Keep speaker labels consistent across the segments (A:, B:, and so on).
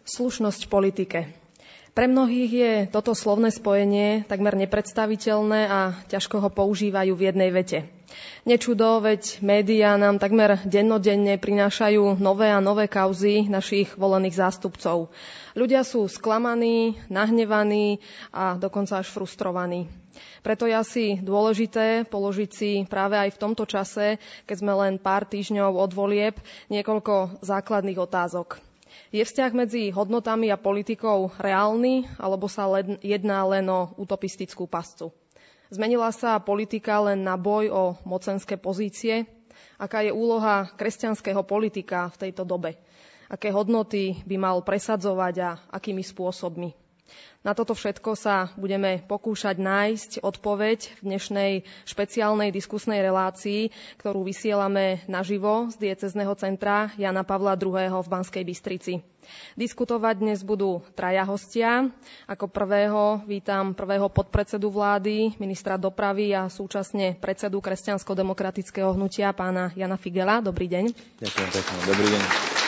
A: Slušnosť v politike. Pre mnohých je toto slovné spojenie takmer nepredstaviteľné a ťažko ho používajú v jednej vete. Nečudo, veď médiá nám takmer dennodenne prinášajú nové a nové kauzy našich volených zástupcov. Ľudia sú sklamaní, nahnevaní a dokonca až frustrovaní. Preto je asi dôležité položiť si práve aj v tomto čase, keď sme len pár týždňov od volieb, niekoľko základných otázok. Je vzťah medzi hodnotami a politikou reálny, alebo sa jedná len o utopistickú pascu? Zmenila sa politika len na boj o mocenské pozície? Aká je úloha kresťanského politika v tejto dobe? Aké hodnoty by mal presadzovať a akými spôsobmi? Na toto všetko sa budeme pokúšať nájsť odpoveď v dnešnej špeciálnej diskusnej relácii, ktorú vysielame naživo z diecézneho centra Jana Pavla II. V Banskej Bystrici. Diskutovať dnes budú traja hostia. Ako prvého vítam prvého podpredsedu vlády, ministra dopravy a súčasne predsedu Kresťansko-demokratického hnutia pána Jana Figela. Dobrý deň.
B: Ďakujem pekne. Dobrý deň.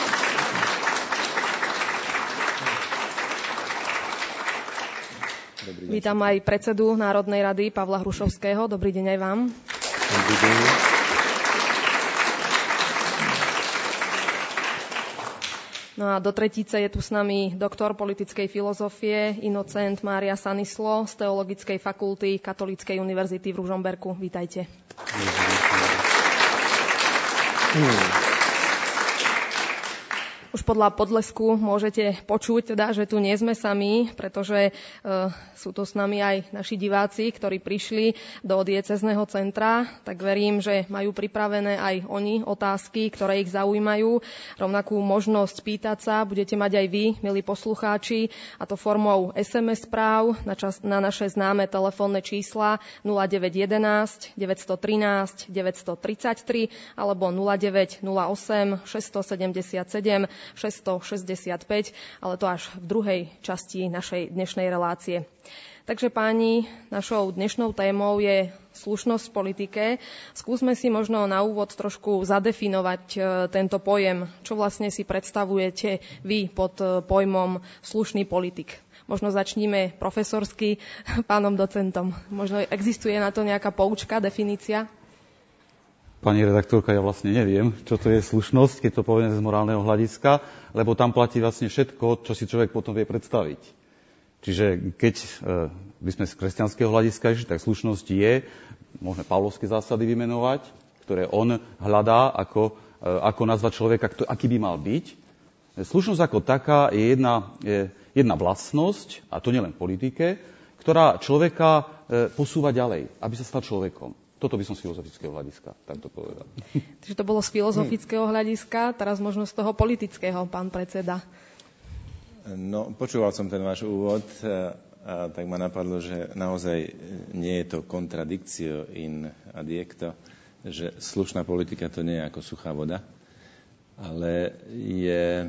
A: Vítam aj predsedu Národnej rady Pavla Hrušovského. Dobrý deň aj vám.
B: Dobrý deň.
A: No a do tretice je tu s nami doktor politickej filozofie, Inocent Mária Sanislo z Teologickej fakulty Katolíckej univerzity v Ružomberku. Vítajte. Už podľa podlesku môžete počuť, že tu nie sme sami, pretože sú tu s nami aj naši diváci, ktorí prišli do diecézneho centra. Tak verím, že majú pripravené aj oni otázky, ktoré ich zaujímajú. Rovnakú možnosť pýtať sa budete mať aj vy, milí poslucháči, a to formou SMS správ na naše známe telefónne čísla 0911 913 933 alebo 0908 677 665, ale to až v druhej časti našej dnešnej relácie. Takže páni, našou dnešnou témou je slušnosť v politike. Skúsme si možno na úvod trošku zadefinovať tento pojem. Čo vlastne si predstavujete vy pod pojmom slušný politik? Možno začníme profesorsky pánom docentom. Možno existuje na to nejaká poučka, definícia?
B: Pani redaktorka, ja vlastne neviem, čo to je slušnosť, keď to poviem z morálneho hľadiska, lebo tam platí vlastne všetko, čo si človek potom vie predstaviť. Čiže keď by sme z kresťanského hľadiska išli, tak slušnosť je, môžeme pavlovské zásady vymenovať, ktoré on hľadá, ako nazvať človeka, aký by mal byť. Slušnosť ako taká je jedna vlastnosť, a to nielen v politike, ktorá človeka posúva ďalej, aby sa stal človekom. Toto by som z filozofického hľadiska takto povedal.
A: Takže to bolo z filozofického hľadiska, teraz možno z toho politického, pán predseda.
C: No, počúval som ten váš úvod a tak ma napadlo, že naozaj nie je to kontradikcio in adjecto, že slušná politika to nie je ako suchá voda, ale je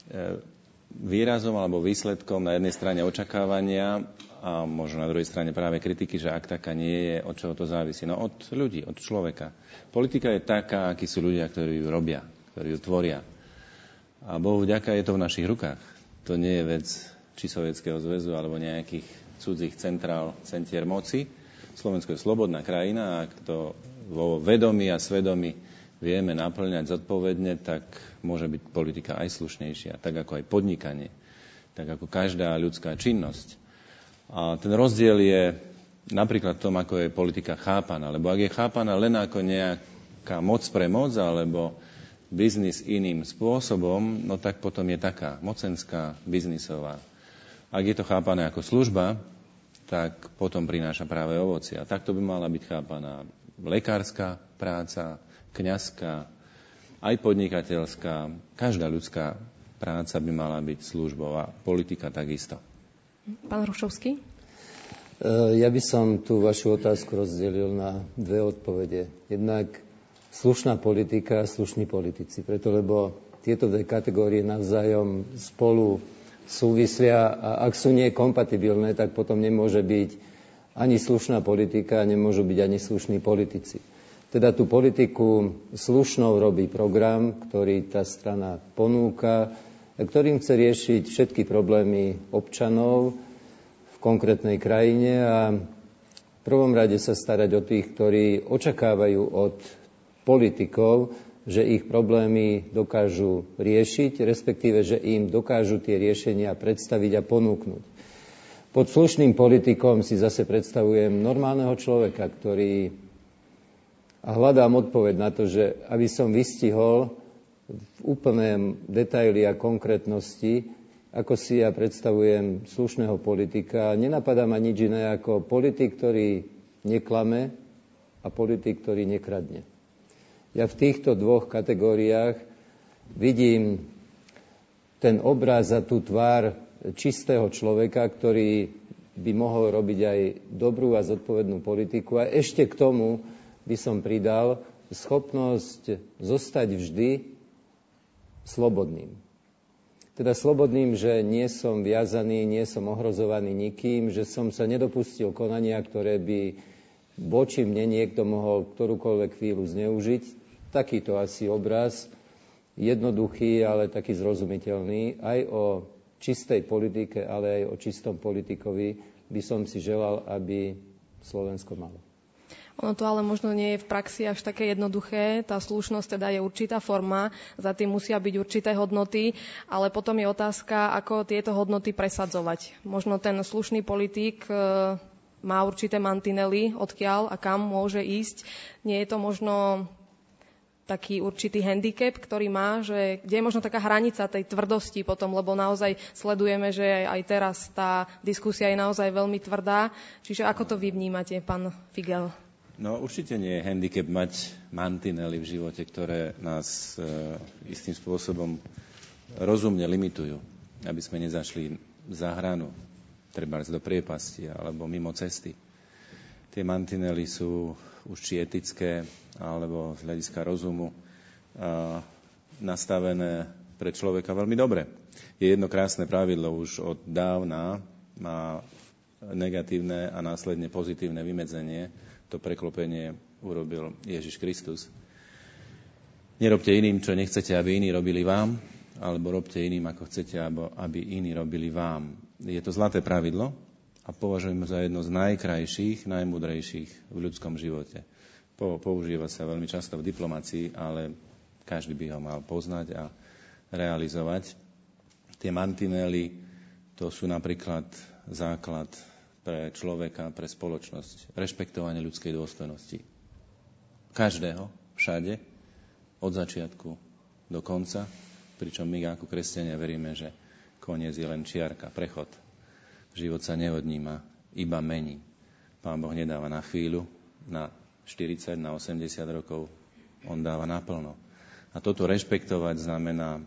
C: výrazom alebo výsledkom na jednej strane očakávania a možno na druhej strane práve kritiky, že ak taká nie je, od čoho to závisí. No od ľudí, od človeka. Politika je taká, akí sú ľudia, ktorí ju robia, ktorí ju tvoria. A Bohu vďaka je to v našich rukách. To nie je vec či Sovietskeho zväzu alebo nejakých cudzích centier moci. Slovensko je slobodná krajina a ak to vo vedomí a svedomí vieme naplňať zodpovedne, tak môže byť politika aj slušnejšia, tak ako aj podnikanie, tak ako každá ľudská činnosť. A ten rozdiel je napríklad v tom, ako je politika chápaná. Lebo ak je chápaná len ako nejaká moc pre moc, alebo biznis iným spôsobom, no tak potom je taká mocenská, biznisová. Ak je to chápané ako služba, tak potom prináša práve ovocie. A takto by mala byť chápaná lekárska práca, kňazská, aj podnikateľská. Každá ľudská práca by mala byť službou a politika takisto.
A: Pán Hrušovský?
D: Ja by som tú vašu otázku rozdelil na dve odpovede. Jednak slušná politika a slušní politici. Preto, lebo tieto dve kategórie navzájom spolu súvisia a ak sú nekompatibilné, tak potom nemôže byť ani slušná politika, nemôžu byť ani slušní politici. Teda tú politiku slušnou robí program, ktorý tá strana ponúka. ktorým chce riešiť všetky problémy občanov v konkrétnej krajine a v prvom rade sa starať o tých, ktorí očakávajú od politikov, že ich problémy dokážu riešiť, respektíve, že im dokážu tie riešenia predstaviť a ponúknuť. Pod slušným politikom si zase predstavujem normálneho človeka, ktorý a hľadám odpoveď na to, že aby som vystihol v úplném detaili a konkrétnosti, ako si ja predstavujem slušného politika. Nenapadá ma nič iné ako politik, ktorý neklame a politik, ktorý nekradne. Ja v týchto dvoch kategóriách vidím ten obraz a tú tvár čistého človeka, ktorý by mohol robiť aj dobrú a zodpovednú politiku. A ešte k tomu by som pridal schopnosť zostať vždy slobodným. Teda slobodným, že nie som viazaný, nie som ohrozovaný nikým, že som sa nedopustil konania, ktoré by voči mne niekto mohol ktorúkoľvek chvíľu zneužiť. Takýto asi obraz, jednoduchý, ale taký zrozumiteľný, aj o čistej politike, ale aj o čistom politikovi by som si želal, aby Slovensko malo.
A: Ono to ale možno nie je v praxi až také jednoduché. Tá slušnosť teda je určitá forma, za tým musia byť určité hodnoty, ale potom je otázka, ako tieto hodnoty presadzovať. Možno ten slušný politik má určité mantinely, odkiaľ a kam môže ísť. Nie je to možno taký určitý handicap, ktorý má, že kde je možno taká hranica tej tvrdosti potom, lebo naozaj sledujeme, že aj teraz tá diskusia je naozaj veľmi tvrdá. Čiže ako to vy vnímate, pán Figel?
C: No určite nie je handicap mať mantinely v živote, ktoré nás istým spôsobom rozumne limitujú, aby sme nezašli za hranu, trebárs do priepasti alebo mimo cesty. Tie mantinely sú už či etické, alebo z hľadiska rozumu nastavené pre človeka veľmi dobre. Je jedno krásne pravidlo už od dávna, má negatívne a následne pozitívne vymedzenie. To preklopenie urobil Ježiš Kristus. Nerobte iným, čo nechcete, aby iní robili vám, alebo robte iným, ako chcete, aby iní robili vám. Je to zlaté pravidlo a považujem za jedno z najkrajších, najmudrejších v ľudskom živote. Používa sa veľmi často v diplomácii, ale každý by ho mal poznať a realizovať. Tie mantinely, to sú napríklad základ pre človeka, pre spoločnosť, rešpektovanie ľudskej dôstojnosti. Každého, všade, od začiatku do konca, pričom my ako kresťania veríme, že koniec je len čiarka, prechod. Život sa neodníma, iba mení. Pán Boh nedáva na chvíľu, na 40, na 80 rokov, on dáva naplno. A toto rešpektovať znamená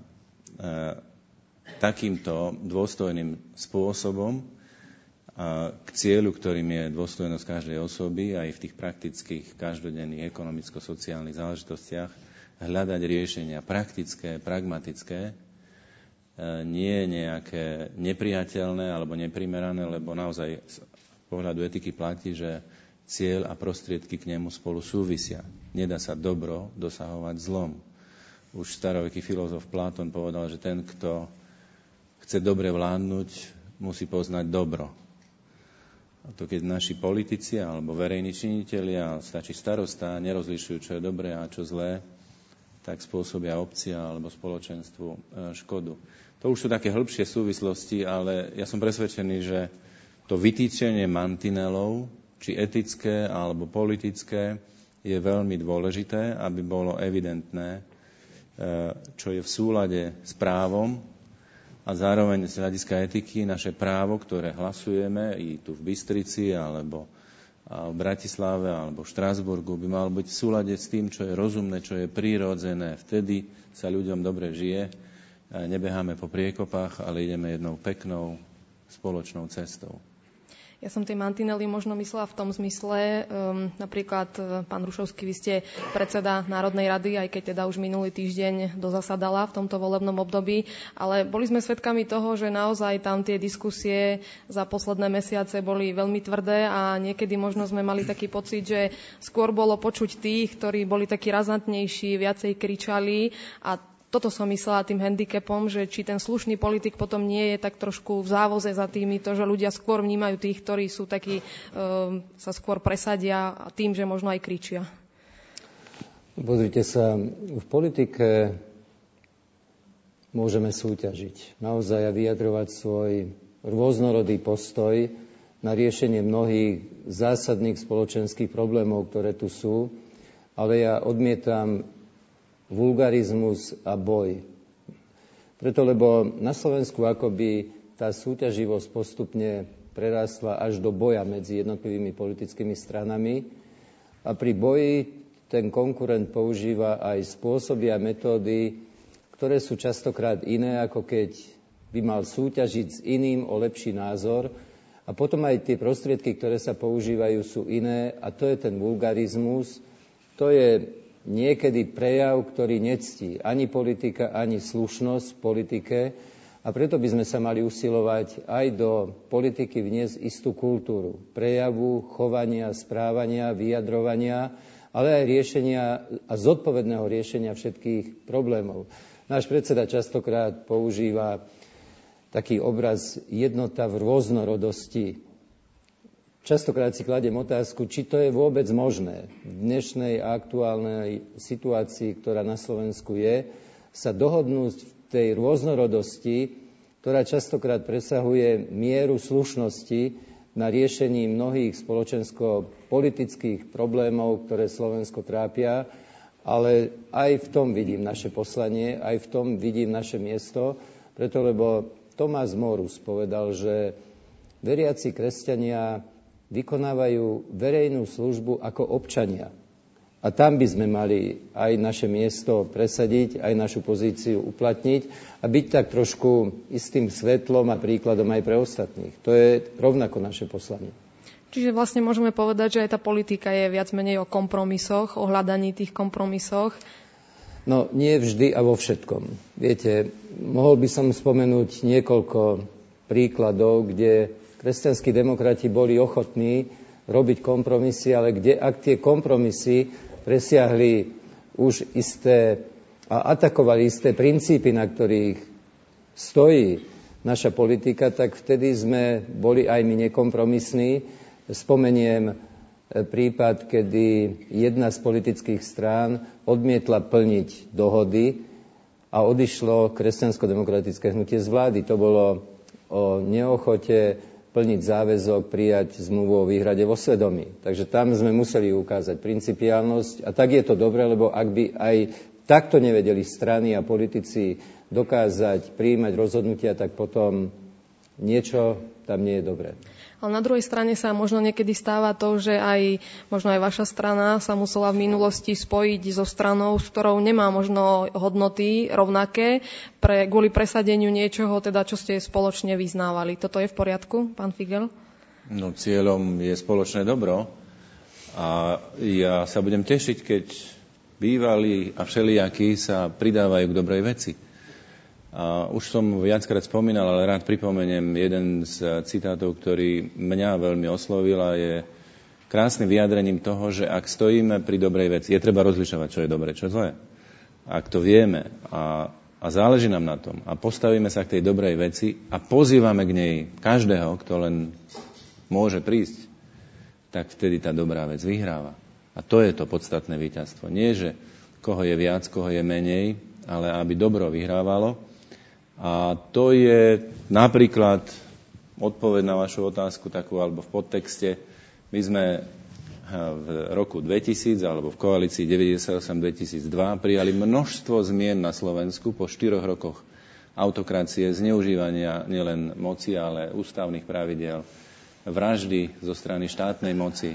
C: takýmto dôstojným spôsobom k cieľu, ktorým je dôstojnosť každej osoby, aj v tých praktických, každodenných, ekonomicko-sociálnych záležitostiach, hľadať riešenia praktické, pragmatické, nie nejaké nepriateľné alebo neprimerané, lebo naozaj z pohľadu etiky platí, že cieľ a prostriedky k nemu spolu súvisia. Nedá sa dobro dosahovať zlom. Už staroveký filozof Platón povedal, že ten, kto chce dobre vládnuť, musí poznať dobro. A to keď naši politici alebo verejní činitelia, stačí starosta, nerozlišujú, čo je dobré a čo zlé, tak spôsobia obcia alebo spoločenstvu škodu. To už sú také hĺbšie súvislosti, ale ja som presvedčený, že to vytýčenie mantinelov, či etické alebo politické, je veľmi dôležité, aby bolo evidentné, čo je v súlade s právom a zároveň z hľadiska etiky naše právo, ktoré hlasujeme i tu v Bystrici, alebo v Bratislave, alebo v Štrasburgu, by malo byť v súlade s tým, čo je rozumné, čo je prirodzené. Vtedy sa ľuďom dobre žije, nebeháme po priekopách, ale ideme jednou peknou spoločnou cestou.
A: Ja som tie mantinely možno myslela v tom zmysle, napríklad, pán Rušovský, vy ste predseda Národnej rady, aj keď teda už minulý týždeň dozasadala v tomto volebnom období, ale boli sme svedkami toho, že naozaj tam tie diskusie za posledné mesiace boli veľmi tvrdé a niekedy možno sme mali taký pocit, že skôr bolo počuť tých, ktorí boli takí razantnejší, viacej kričali a toto som myslela tým handicapom, že či ten slušný politik potom nie je tak trošku v závoze za týmito, že ľudia skôr vnímajú tých, ktorí sú takí, sa skôr presadia tým, že možno aj kričia.
D: Pozrite sa, v politike môžeme súťažiť. Naozaj a vyjadrovať svoj rôznorodý postoj na riešenie mnohých zásadných spoločenských problémov, ktoré tu sú, ale ja odmietam vulgarizmus a boj. Preto, lebo na Slovensku akoby tá súťaživosť postupne prerástla až do boja medzi jednotlivými politickými stranami a pri boji ten konkurent používa aj spôsoby a metódy, ktoré sú častokrát iné, ako keď by mal súťažiť s iným o lepší názor. A potom aj tie prostriedky, ktoré sa používajú, sú iné a to je ten vulgarizmus. To je niekedy prejav, ktorý nectí ani politika, ani slušnosť v politike a preto by sme sa mali usilovať aj do politiky vniesť istú kultúru prejavu, chovania, správania, vyjadrovania, ale aj riešenia a zodpovedného riešenia všetkých problémov. Náš predseda častokrát používa taký obraz jednota v rôznorodosti. Častokrát si kladiem otázku, či to je vôbec možné v dnešnej aktuálnej situácii, ktorá na Slovensku je, sa dohodnúť v tej rôznorodosti, ktorá častokrát presahuje mieru slušnosti na riešení mnohých spoločensko-politických problémov, ktoré Slovensko trápia, ale aj v tom vidím naše poslanie, aj v tom vidím naše miesto, preto lebo Tomás Morus povedal, že veriaci kresťania vykonávajú verejnú službu ako občania. A tam by sme mali aj naše miesto presadiť, aj našu pozíciu uplatniť a byť tak trošku istým svetlom a príkladom aj pre ostatných. To je rovnako naše poslanie.
A: Čiže vlastne môžeme povedať, že aj tá politika je viac menej o kompromisoch, o hľadaní tých kompromisoch.
D: No, nie vždy a vo všetkom. Viete, mohol by som spomenúť niekoľko príkladov, kde kresťanskí demokrati boli ochotní robiť kompromisy, ale kde ak tie kompromisy presiahli už isté a atakovali isté princípy, na ktorých stojí naša politika, tak vtedy sme boli aj my nekompromisní. Spomeniem prípad, kedy jedna z politických strán odmietla plniť dohody a odišlo kresťansko-demokratické hnutie z vlády. To bolo o neochote plniť záväzok, prijať zmluvu o výhrade vo svedomí. Takže tam sme museli ukázať principiálnosť a tak je to dobré, lebo ak by aj takto nevedeli strany a politici dokázať prijímať rozhodnutia, tak potom niečo tam nie je dobré.
A: Ale na druhej strane sa možno niekedy stáva to, že aj možno aj vaša strana sa musela v minulosti spojiť so stranou, s ktorou nemá možno hodnoty rovnaké kvôli presadeniu niečoho, teda čo ste spoločne vyznávali. Toto je v poriadku, pán Figel?
C: No, cieľom je spoločné dobro a ja sa budem tešiť, keď bývalí a všelijakí sa pridávajú k dobrej veci. A už som viackrát spomínal, ale rád pripomeniem jeden z citátov, ktorý mňa veľmi oslovil a je krásnym vyjadrením toho, že ak stojíme pri dobrej veci, je treba rozlišovať, čo je dobre, čo je zlé. Ak to vieme a záleží nám na tom a postavíme sa k tej dobrej veci a pozývame k nej každého, kto len môže prísť, tak vtedy tá dobrá vec vyhráva. A to je to podstatné víťazstvo. Nie, že koho je viac, koho je menej, ale aby dobro vyhrávalo. A to je napríklad odpoveď na vašu otázku takú, alebo v podtexte. My sme v roku 2000, alebo v koalícii 98-2002 prijali množstvo zmien na Slovensku po 4 rokoch autokracie, zneužívania nielen moci, ale ústavných pravidiel, vraždy zo strany štátnej moci.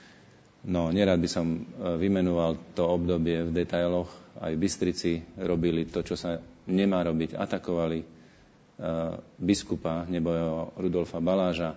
C: No, nerad by som vymenoval to obdobie v detailoch. Aj v Bystrici robili to, čo sa nemá robiť. Atakovali biskupa nebojového Rudolfa Baláža.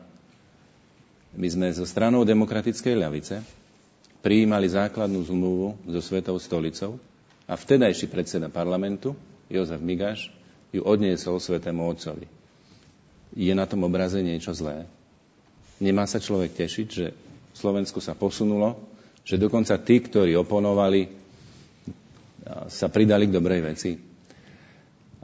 C: My sme zo stranou demokratickej ľavice prijímali základnú zmluvu so Svetou stolicou a vtedajší predseda parlamentu, Jozef Migaš, ju odniesol Svätému Otcovi. Je na tom obraze niečo zlé? Nemá sa človek tešiť, že v Slovensku sa posunulo, že dokonca tí, ktorí oponovali, sa pridali k dobrej veci.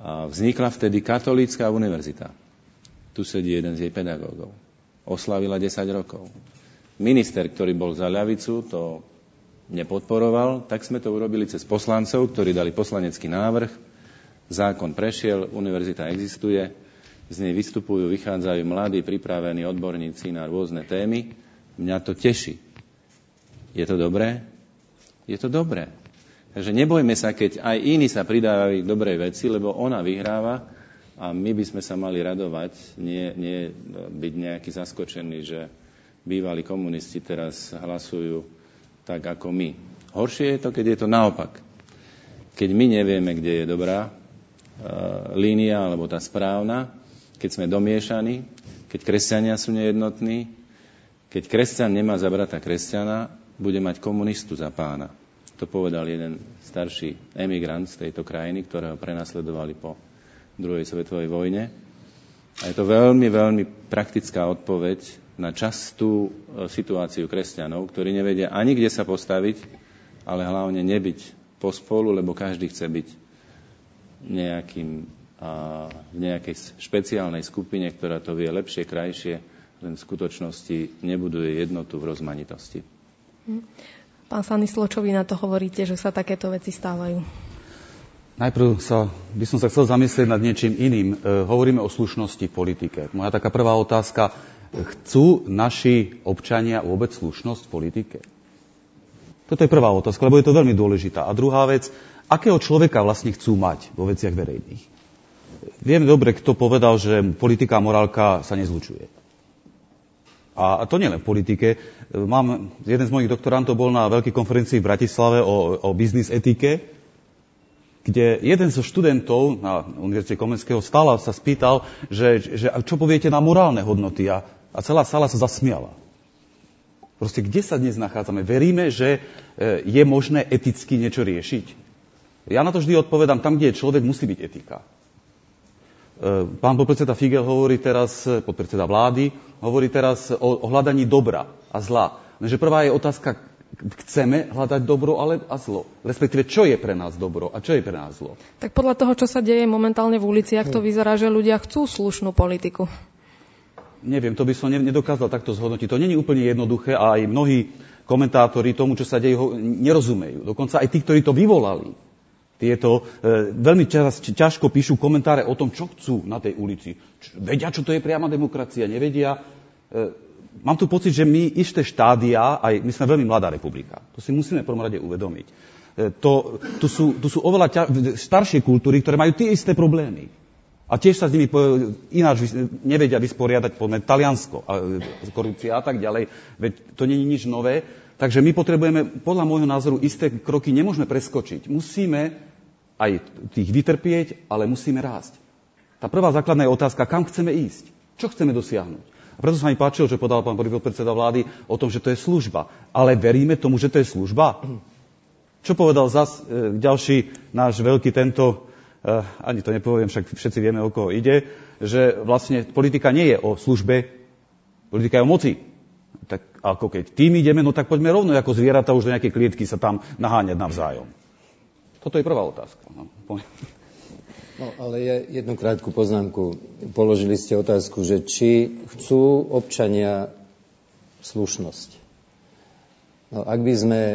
C: A vznikla vtedy katolícka univerzita. Tu sedí jeden z jej pedagógov. Oslavila 10 rokov. Minister, ktorý bol za ľavicu, to nepodporoval, tak sme to urobili cez poslancov, ktorí dali poslanecký návrh. Zákon prešiel, univerzita existuje, z nej vystupujú, vychádzajú mladí, pripravení odborníci na rôzne témy. Mňa to teší. Je to dobré? Je to dobré. Takže nebojme sa, keď aj iní sa pridávajú k dobrej veci, lebo ona vyhráva a my by sme sa mali radovať, nie byť nejaký zaskočený, že bývalí komunisti teraz hlasujú tak ako my. Horšie je to, keď je to naopak. Keď my nevieme, kde je dobrá línia alebo tá správna, keď sme domiešaní, keď kresťania sú nejednotní, keď kresťan nemá za brata kresťana, bude mať komunistu za pána. To povedal jeden starší emigrant z tejto krajiny, ktorého prenasledovali po druhej svetovej vojne. A je to veľmi, veľmi praktická odpoveď na častú situáciu kresťanov, ktorí nevedia ani kde sa postaviť, ale hlavne nebyť pospolu, lebo každý chce byť v nejakej špeciálnej skupine, ktorá to vie lepšie, krajšie, len v skutočnosti nebuduje jednotu v rozmanitosti.
A: Pán Stanislo, čo vy na to hovoríte, že sa takéto veci stávajú?
B: Najprv by som sa chcel zamyslieť nad niečím iným. Hovoríme o slušnosti v politike. Moja taká prvá otázka, chcú naši občania vôbec slušnosť v politike? Toto je prvá otázka, lebo je to veľmi dôležitá. A druhá vec, akého človeka vlastne chcú mať vo veciach verejných? Vieme dobre, kto povedal, že politika a morálka sa nezlučuje. A to nielen v politike. Jeden z mojich doktorantov bol na veľkej konferencii v Bratislave o biznis etike, kde jeden zo študentov na Univerzite Komenského stála sa spýtal, že čo poviete na morálne hodnoty, a celá sála sa zasmiala. Proste, kde sa dnes nachádzame? Veríme, že je možné eticky niečo riešiť? Ja na to vždy odpovedám, tam, kde je človek, musí byť etika. Pán podpredseda Figel hovorí teraz, podpredseda vlády, hovorí teraz o hľadaní dobra a zla. Lenže prvá je otázka, chceme hľadať dobro a zlo? Respektíve, čo je pre nás dobro a čo je pre nás zlo?
A: Tak podľa toho, čo sa deje momentálne v uliciach, to vyzerá, že ľudia chcú slušnú politiku.
B: Neviem, to by som nedokázal takto zhodnotiť. To nie je úplne jednoduché a aj mnohí komentátori tomu, čo sa deje, nerozumejú. Dokonca aj tí, ktorí to vyvolali. Tieto veľmi ťažko píšu komentáre o tom, čo chcú na tej ulici. Vedia, čo to je priama demokracia, nevedia. Mám tu pocit, že my isté štádia, aj my sme veľmi mladá republika, to si musíme v prvom rade uvedomiť. Tu sú oveľa staršie kultúry, ktoré majú tie isté problémy. A tiež sa s nimi ináč nevedia vysporiadať, povedzme, Taliansko, korupcia a tak ďalej. Veď to nie je nič nové. Takže my potrebujeme, podľa môjho názoru, isté kroky nemôžeme preskočiť. Musíme aj tých vytrpieť, ale musíme rásť. Tá prvá základná je otázka, kam chceme ísť? Čo chceme dosiahnuť? A preto sa mi páčilo, že podal pán podpredseda vlády o tom, že to je služba. Ale veríme tomu, že to je služba? Čo povedal zas ďalší náš veľký tento, ani to nepoviem, však všetci vieme, o koho ide, že vlastne politika nie je o službe, politika je o moci. Tak ako keď tým ideme, no tak poďme rovno ako zvieratá už do nejakej klietky sa tam naháňať navzájom. Toto je prvá otázka.
D: No, ale jednu krátku poznámku. Položili ste otázku, že či chcú občania slušnosť. No, ak by sme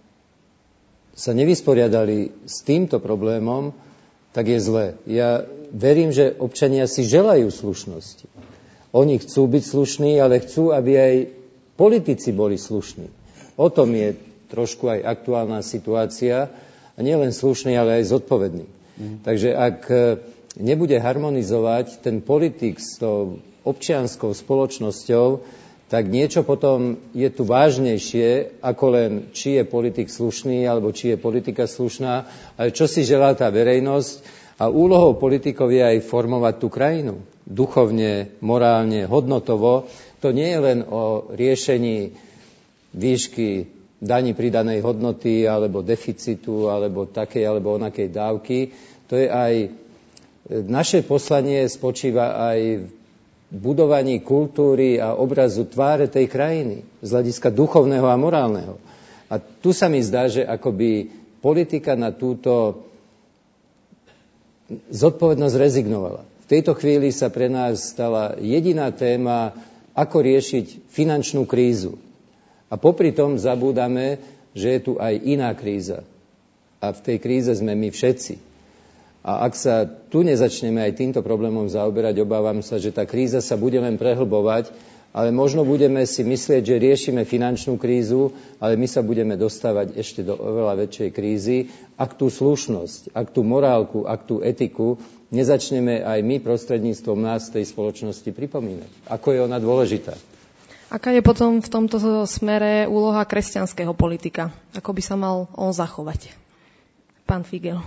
D: sa nevysporiadali s týmto problémom, tak je zle. Ja verím, že občania si želajú slušnosti. Oni chcú byť slušní, ale chcú, aby aj politici boli slušní. O tom je trošku aj aktuálna situácia. A nie len slušný, ale aj zodpovedný. Takže ak nebude harmonizovať ten politik s tou občianskou spoločnosťou, tak niečo potom je tu vážnejšie, ako len či je politik slušný, alebo či je politika slušná, ale čo si želá tá verejnosť. A úlohou politikov je aj formovať tú krajinu. Duchovne, morálne, hodnotovo. To nie je len o riešení výšky daní pridanej hodnoty, alebo deficitu, alebo takej, alebo onakej dávky. To je aj, naše poslanie spočíva aj v budovaní kultúry a obrazu tváre tej krajiny, z hľadiska duchovného a morálneho. A tu sa mi zdá, že akoby politika na túto zodpovednosť rezignovala. V tejto chvíli sa pre nás stala jediná téma, ako riešiť finančnú krízu. A popri tom zabúdame, že je tu aj iná kríza. A v tej kríze sme my všetci. A ak sa tu nezačneme aj týmto problémom zaoberať, obávam sa, že tá kríza sa bude len prehlbovať, ale možno budeme si myslieť, že riešime finančnú krízu, ale my sa budeme dostávať ešte do oveľa väčšej krízy, ak tú slušnosť, ak tú morálku, ak tú etiku nezačneme aj my prostredníctvom nás tej spoločnosti pripomínať. Ako je ona dôležitá.
A: Aká je potom v tomto smere úloha kresťanského politika? Ako by sa mal on zachovať? Pán Figel.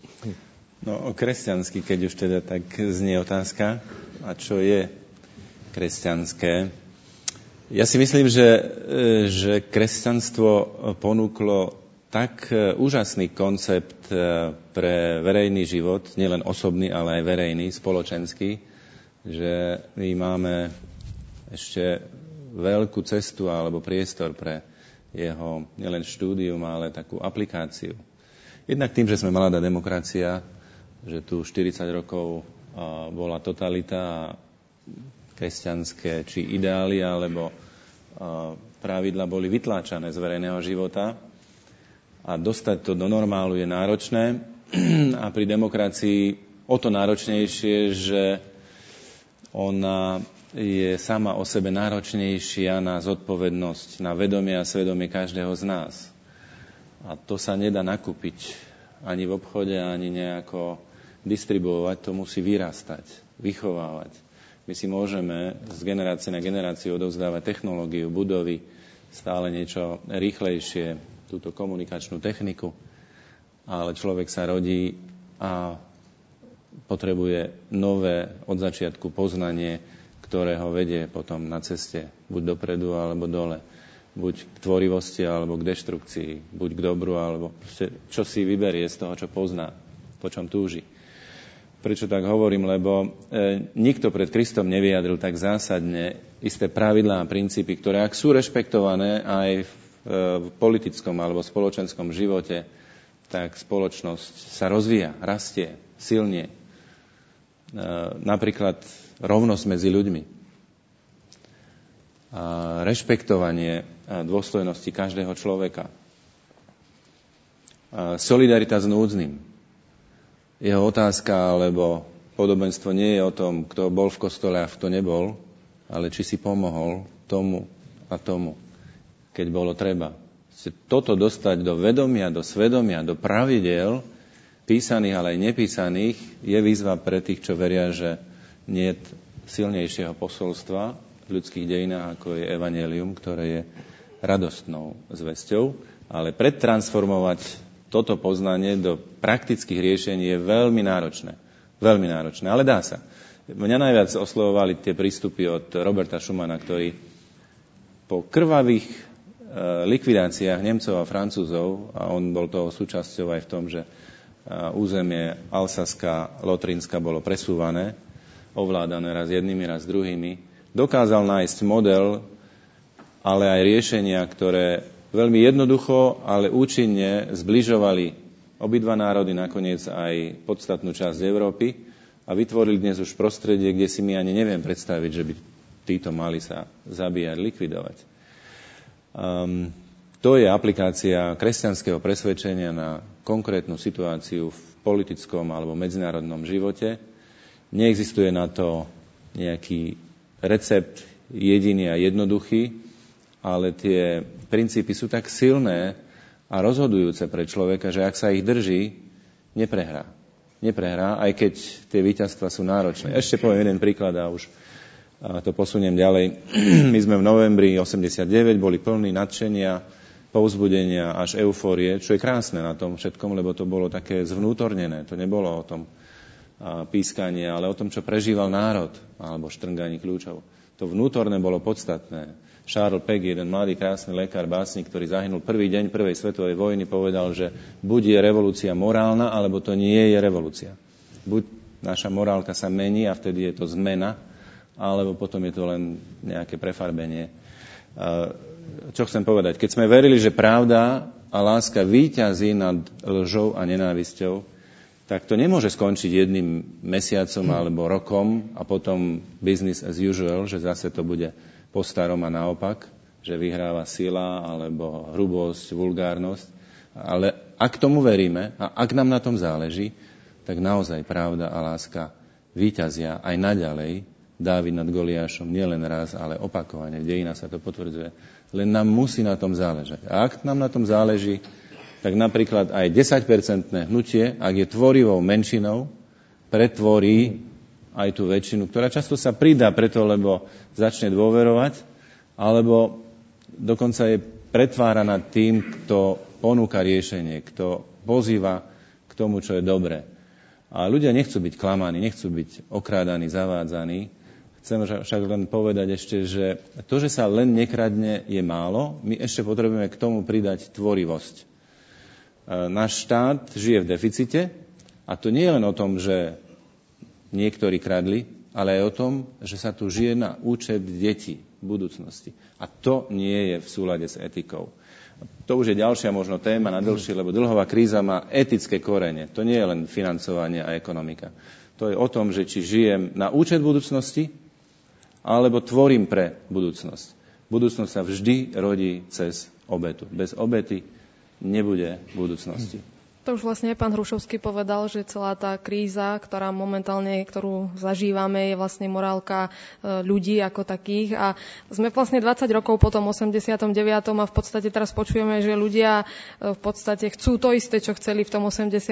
C: No, kresťanský, keď už teda tak znie otázka. A čo je kresťanské? Ja si myslím, že kresťanstvo ponúklo tak úžasný koncept pre verejný život, nielen osobný, ale aj verejný, spoločenský, že my máme ešte veľkú cestu alebo priestor pre jeho nielen štúdium, ale takú aplikáciu. Jednak tým, že sme mladá demokracia, že tu 40 rokov bola totalita a kresťanské či ideály alebo pravidla boli vytláčané z verejného života a dostať to do normálu je náročné a pri demokracii o to náročnejšie, že ona je sama o sebe náročnejšia na zodpovednosť, na vedomie a svedomie každého z nás. A to sa nedá nakúpiť ani v obchode, ani nejako distribuovať, to musí vyrastať, vychovávať. My si môžeme z generácie na generáciu odovzdávať technológiu, budovy, stále niečo rýchlejšie, túto komunikačnú techniku, ale človek sa rodí a potrebuje nové od začiatku poznanie, ktoré ho vedie potom na ceste, buď dopredu, alebo dole. Buď k tvorivosti, alebo k deštrukcii. Buď k dobru, alebo čo si vyberie z toho, čo pozná, po čom túži. Prečo tak hovorím? Lebo nikto pred Kristom nevyjadril tak zásadne isté pravidlá a princípy, ktoré ak sú rešpektované aj v politickom alebo spoločenskom živote, tak spoločnosť sa rozvíja, rastie, silnie. Napríklad rovnosť medzi ľuďmi. A rešpektovanie dôstojnosti každého človeka. A solidarita s núdznym. Jeho otázka alebo podobenstvo nie je o tom, kto bol v kostole a kto nebol, ale či si pomohol tomu a tomu, keď bolo treba. Toto dostať do vedomia, do svedomia, do pravidiel, písaných, ale aj nepísaných, je výzva pre tých, čo veria, že nie je silnejšieho posolstva v ľudských dejinách, ako je evanjelium, ktoré je radostnou zvesťou, ale pretransformovať toto poznanie do praktických riešení je veľmi náročné. Veľmi náročné, ale dá sa. Mňa najviac oslovovali tie prístupy od Roberta Schumana, ktorý po krvavých likvidáciách Nemcov a Francúzov, a on bol toho súčasťou aj v tom, že územie Alsaska, Lotrinska bolo presúvané, ovládané raz jednými, raz druhými, dokázal nájsť model, ale aj riešenia, ktoré veľmi jednoducho, ale účinne zbližovali obidva národy, nakoniec aj podstatnú časť Európy a vytvorili dnes už prostredie, kde si my ani neviem predstaviť, že by títo mali sa zabíjať, likvidovať. To je aplikácia kresťanského presvedčenia na konkrétnu situáciu v politickom alebo medzinárodnom živote. Neexistuje na to nejaký recept jediný a jednoduchý, ale tie princípy sú tak silné a rozhodujúce pre človeka, že ak sa ich drží, neprehrá. Neprehrá, aj keď tie víťazstvá sú náročné. Ešte poviem jeden príklad a už to posuniem ďalej. My sme v novembri 89 boli plní nadšenia, povzbudenia až eufórie, čo je krásne na tom všetkom, lebo to bolo také zvnútornené. To nebolo o tom pískanie, ale o tom, čo prežíval národ, alebo štrnganie kľúčov. To vnútorné bolo podstatné. Charles Pegg, jeden mladý, krásny lekár, básnik, ktorý zahynul prvý deň prvej svetovej vojny, povedal, že buď je revolúcia morálna, alebo to nie je revolúcia. Buď naša morálka sa mení a vtedy je to zmena, alebo potom je to len nejaké prefarbenie. Čo chcem povedať? Keď sme verili, že pravda a láska víťazí nad lžou a nenávisťou, tak to nemôže skončiť jedným mesiacom alebo rokom a potom business as usual, že zase to bude po starom a naopak, že vyhráva sila alebo hrubosť, vulgárnosť. Ale ak tomu veríme a ak nám na tom záleží, tak naozaj pravda a láska víťazia aj naďalej. Dávid nad Goliášom nielen raz, ale opakovane. V dejinách sa to potvrdzuje. Len nám musí na tom záležať. A ak nám na tom záleží, tak napríklad aj 10% hnutie, ak je tvorivou menšinou, pretvorí aj tú väčšinu, ktorá často sa pridá preto, lebo začne dôverovať, alebo dokonca je pretváraná tým, kto ponúka riešenie, kto pozýva k tomu, čo je dobré. A ľudia nechcú byť klamaní, nechcú byť okrádaní, zavádzaní. Chcem však len povedať ešte, že to, že sa len nekradne, je málo. My ešte potrebujeme k tomu pridať tvorivosť. Náš štát žije v deficite a to nie je len o tom, že niektorí kradli, ale aj o tom, že sa tu žije na účet detí v budúcnosti. A to nie je v súlade s etikou. To už je ďalšia možno téma na dlhšie, lebo dlhová kríza má etické korene. To nie je len financovanie a ekonomika. To je o tom, že či žijem na účet budúcnosti, alebo tvorím pre budúcnosť. Budúcnosť sa vždy rodí cez obetu. Bez obety nebude budúcnosti.
A: To už vlastne pán Hrušovský povedal, že celá tá kríza, ktorú zažívame, je vlastne morálka ľudí ako takých. A sme vlastne 20 rokov po tom 89. a v podstate teraz počujeme, že ľudia v podstate chcú to isté, čo chceli v tom 89.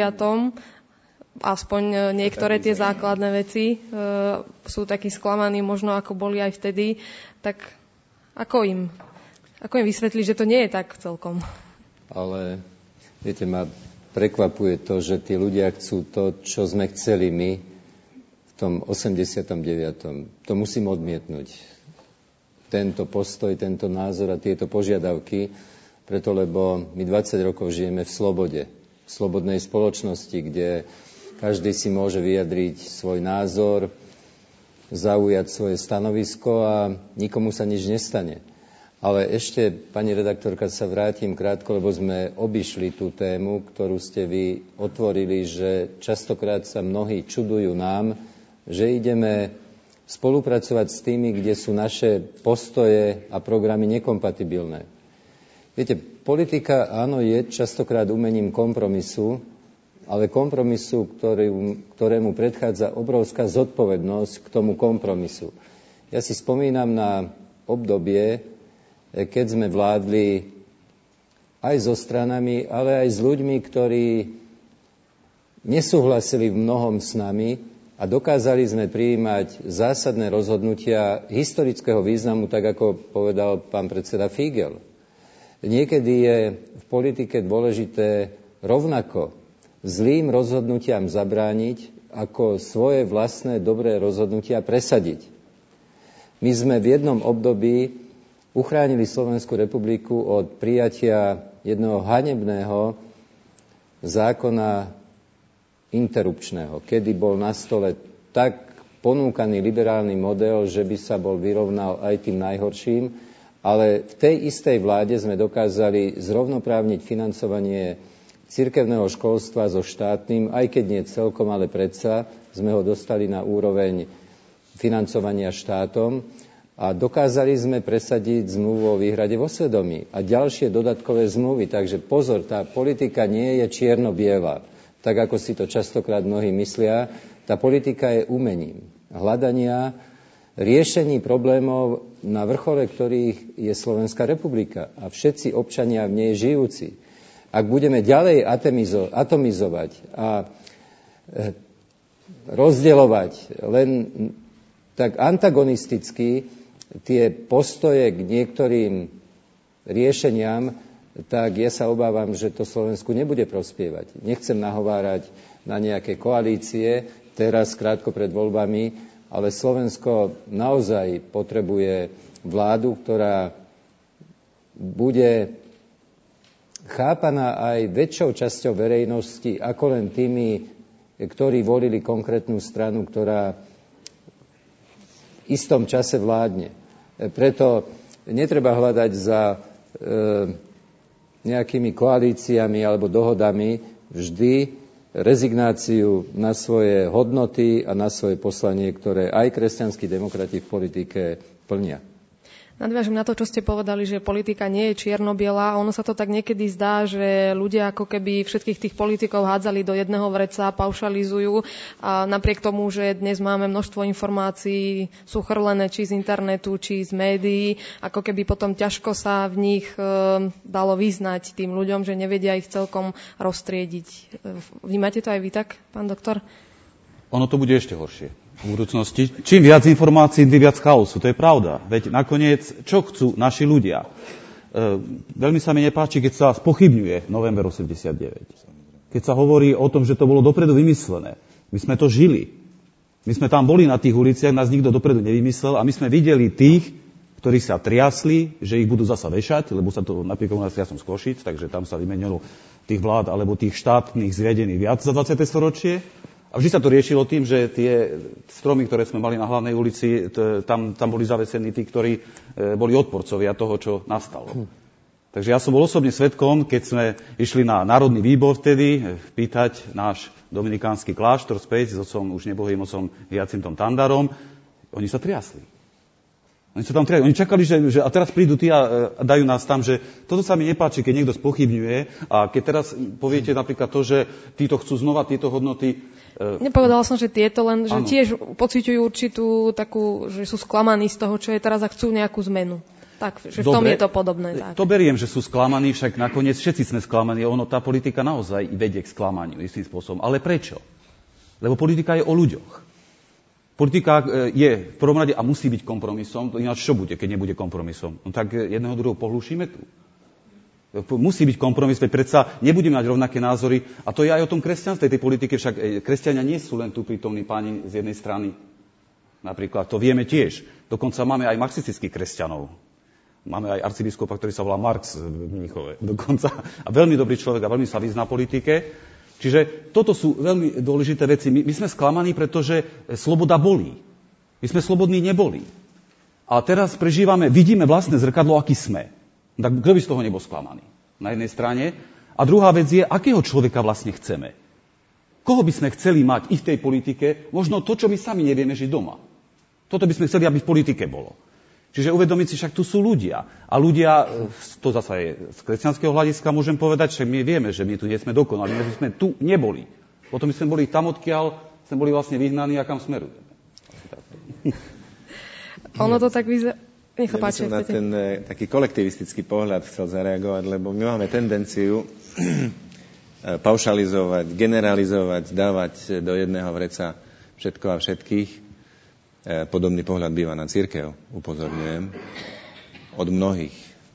A: Aspoň niektoré tie základné veci sú takí sklamaní, možno ako boli aj vtedy. Tak ako im vysvetliť, že to nie je tak celkom?
D: Ale viete, ma prekvapuje to, že tí ľudia chcú to, čo sme chceli my v tom 89. To musím odmietnúť. Tento postoj, tento názor a tieto požiadavky, preto lebo my 20 rokov žijeme v slobode. V slobodnej spoločnosti, kde každý si môže vyjadriť svoj názor, zaujať svoje stanovisko a nikomu sa nič nestane. Ale ešte, pani redaktorka, sa vrátim krátko, lebo sme obišli tú tému, ktorú ste vy otvorili, že častokrát sa mnohí čudujú nám, že ideme spolupracovať s tými, kde sú naše postoje a programy nekompatibilné. Viete, politika, áno, je častokrát umením kompromisu, ale kompromisu, ktorému predchádza obrovská zodpovednosť k tomu kompromisu. Ja si spomínam na obdobie, keď sme vládli aj so stranami, ale aj s ľuďmi, ktorí nesúhlasili v mnohom s nami a dokázali sme prijímať zásadné rozhodnutia historického významu, tak ako povedal pán predseda Fígel. Niekedy je v politike dôležité rovnako zlým rozhodnutiam zabrániť, ako svoje vlastné dobré rozhodnutia presadiť. My sme v jednom období uchránili Slovenskú republiku od prijatia jedného hanebného zákona interrupčného, kedy bol na stole tak ponúkaný liberálny model, že by sa bol vyrovnal aj tým najhorším, ale v tej istej vláde sme dokázali zrovnoprávniť financovanie cirkevného školstva so štátnym, aj keď nie celkom, ale predsa sme ho dostali na úroveň financovania štátom a dokázali sme presadiť zmluvu o výhrade vo Svedomí a ďalšie dodatkové zmluvy. Takže pozor, tá politika nie je čierno-biela, tak ako si to častokrát mnohí myslia. Tá politika je umením hľadania riešení problémov, na vrchole ktorých je Slovenská republika a všetci občania v nej žijúci. Ak budeme ďalej atomizovať a rozdeľovať len tak antagonisticky tie postoje k niektorým riešeniam, tak ja sa obávam, že to Slovensku nebude prospievať. Nechcem nahovárať na nejaké koalície, teraz krátko pred voľbami, ale Slovensko naozaj potrebuje vládu, ktorá bude chápaná aj väčšou časťou verejnosti, ako len tými, ktorí volili konkrétnu stranu, ktorá v istom čase vládne. Preto netreba hľadať za nejakými koalíciami alebo dohodami. Vždy rezignáciu na svoje hodnoty a na svoje poslanie, ktoré aj kresťanskí demokrati v politike plnia.
A: Nadviažem na to, čo ste povedali, že politika nie je čierno-biela. Ono sa to tak niekedy zdá, že ľudia ako keby všetkých tých politikov hádzali do jedného vreca, paušalizujú. A napriek tomu, že dnes máme množstvo informácií, sú chrlené či z internetu, či z médií, ako keby potom ťažko sa v nich dalo vyznať tým ľuďom, že nevedia ich celkom roztriediť. Vnímate to aj vy tak, pán doktor?
B: Ono to bude ešte horšie v budúcnosti. Čím viac informácií, tým viac chaosu. To je pravda. Veď nakoniec, čo chcú naši ľudia? Veľmi sa mi nepáči, keď sa spochybňuje november 89. Keď sa hovorí o tom, že to bolo dopredu vymyslené. My sme to žili. My sme tam boli na tých uliciach, nás nikto dopredu nevymyslel a my sme videli tých, ktorí sa triasli, že ich budú zasa vešať, lebo sa to napríklad ja som z Košíc, takže tam sa vymenilo tých vlád alebo tých štátnych zriadených viac za 20. storočie. A vždy sa to riešilo tým, že tie stromy, ktoré sme mali na hlavnej ulici, tam boli zavesení tí, ktorí boli odporcovia toho, čo nastalo. Takže ja som bol osobne svedkom, keď sme išli na Národný výbor vtedy pýtať náš dominikánsky kláštor späť s otcom, už nebohým otcom Hyacintom Tandarom, oni sa triasli. Oni sa tam triasli. Oni čakali, že a teraz prídu tí a dajú nás tam, že toto sa mi nepáči, keď niekto spochybňuje a keď teraz poviete napríklad to, že títo chcú znova tieto hodnoty.
A: Nepovedala som, že tieto len, že tiež pociťujú určitú takú, že sú sklamaní z toho, čo je teraz a chcú nejakú zmenu. Tak, že v tom je to podobné. Tak.
B: To beriem, že sú sklamaní, však nakoniec všetci sme sklamaní. Ono, tá politika naozaj vedie k sklamaniu istým spôsobom. Ale prečo? Lebo politika je o ľuďoch. Politika je v prvom rade a musí byť kompromisom. Ináč čo bude, keď nebude kompromisom? No tak jedného druhého pohlušíme tu. Musí byť kompromis, veď predsa nebudeme mať rovnaké názory. A to je aj o tom kresťanstve, tej politike. Však kresťania nie sú len tu prítomní páni z jednej strany. Napríklad, to vieme tiež. Dokonca máme aj marxistických kresťanov. Máme aj arcibiskupa, ktorý sa volá Marx v Mníchove. Dokonca. A veľmi dobrý človek a veľmi sa vyzná politike. Čiže toto sú veľmi dôležité veci. My sme sklamaní, pretože sloboda bolí. My sme slobodní neboli. A teraz prežívame, vidíme vlastné zrkadlo, aký sme. Tak kto by z toho nebol sklamaný? Na jednej strane. A druhá vec je, akého človeka vlastne chceme. Koho by sme chceli mať i v tej politike? Možno to, čo my sami nevieme žiť doma. Toto by sme chceli, aby v politike bolo. Čiže uvedomiť si, však tu sú ľudia. A ľudia, to zasa je z kresťanského hľadiska, môžem povedať, že my vieme, že my tu nie sme dokonali, my sme tu neboli. Potom sme boli tam, odkiaľ sme boli vlastne vyhnaní a kam smerujeme.
A: Ono to tak vyzerá. Nech sa páči.
C: Ja by som na ten taký kolektivistický pohľad chcel zareagovať, lebo my máme tendenciu paušalizovať, generalizovať, dávať do jedného vreca všetko a všetkých. Podobný pohľad býva na cirkev, upozorňujem, od mnohých.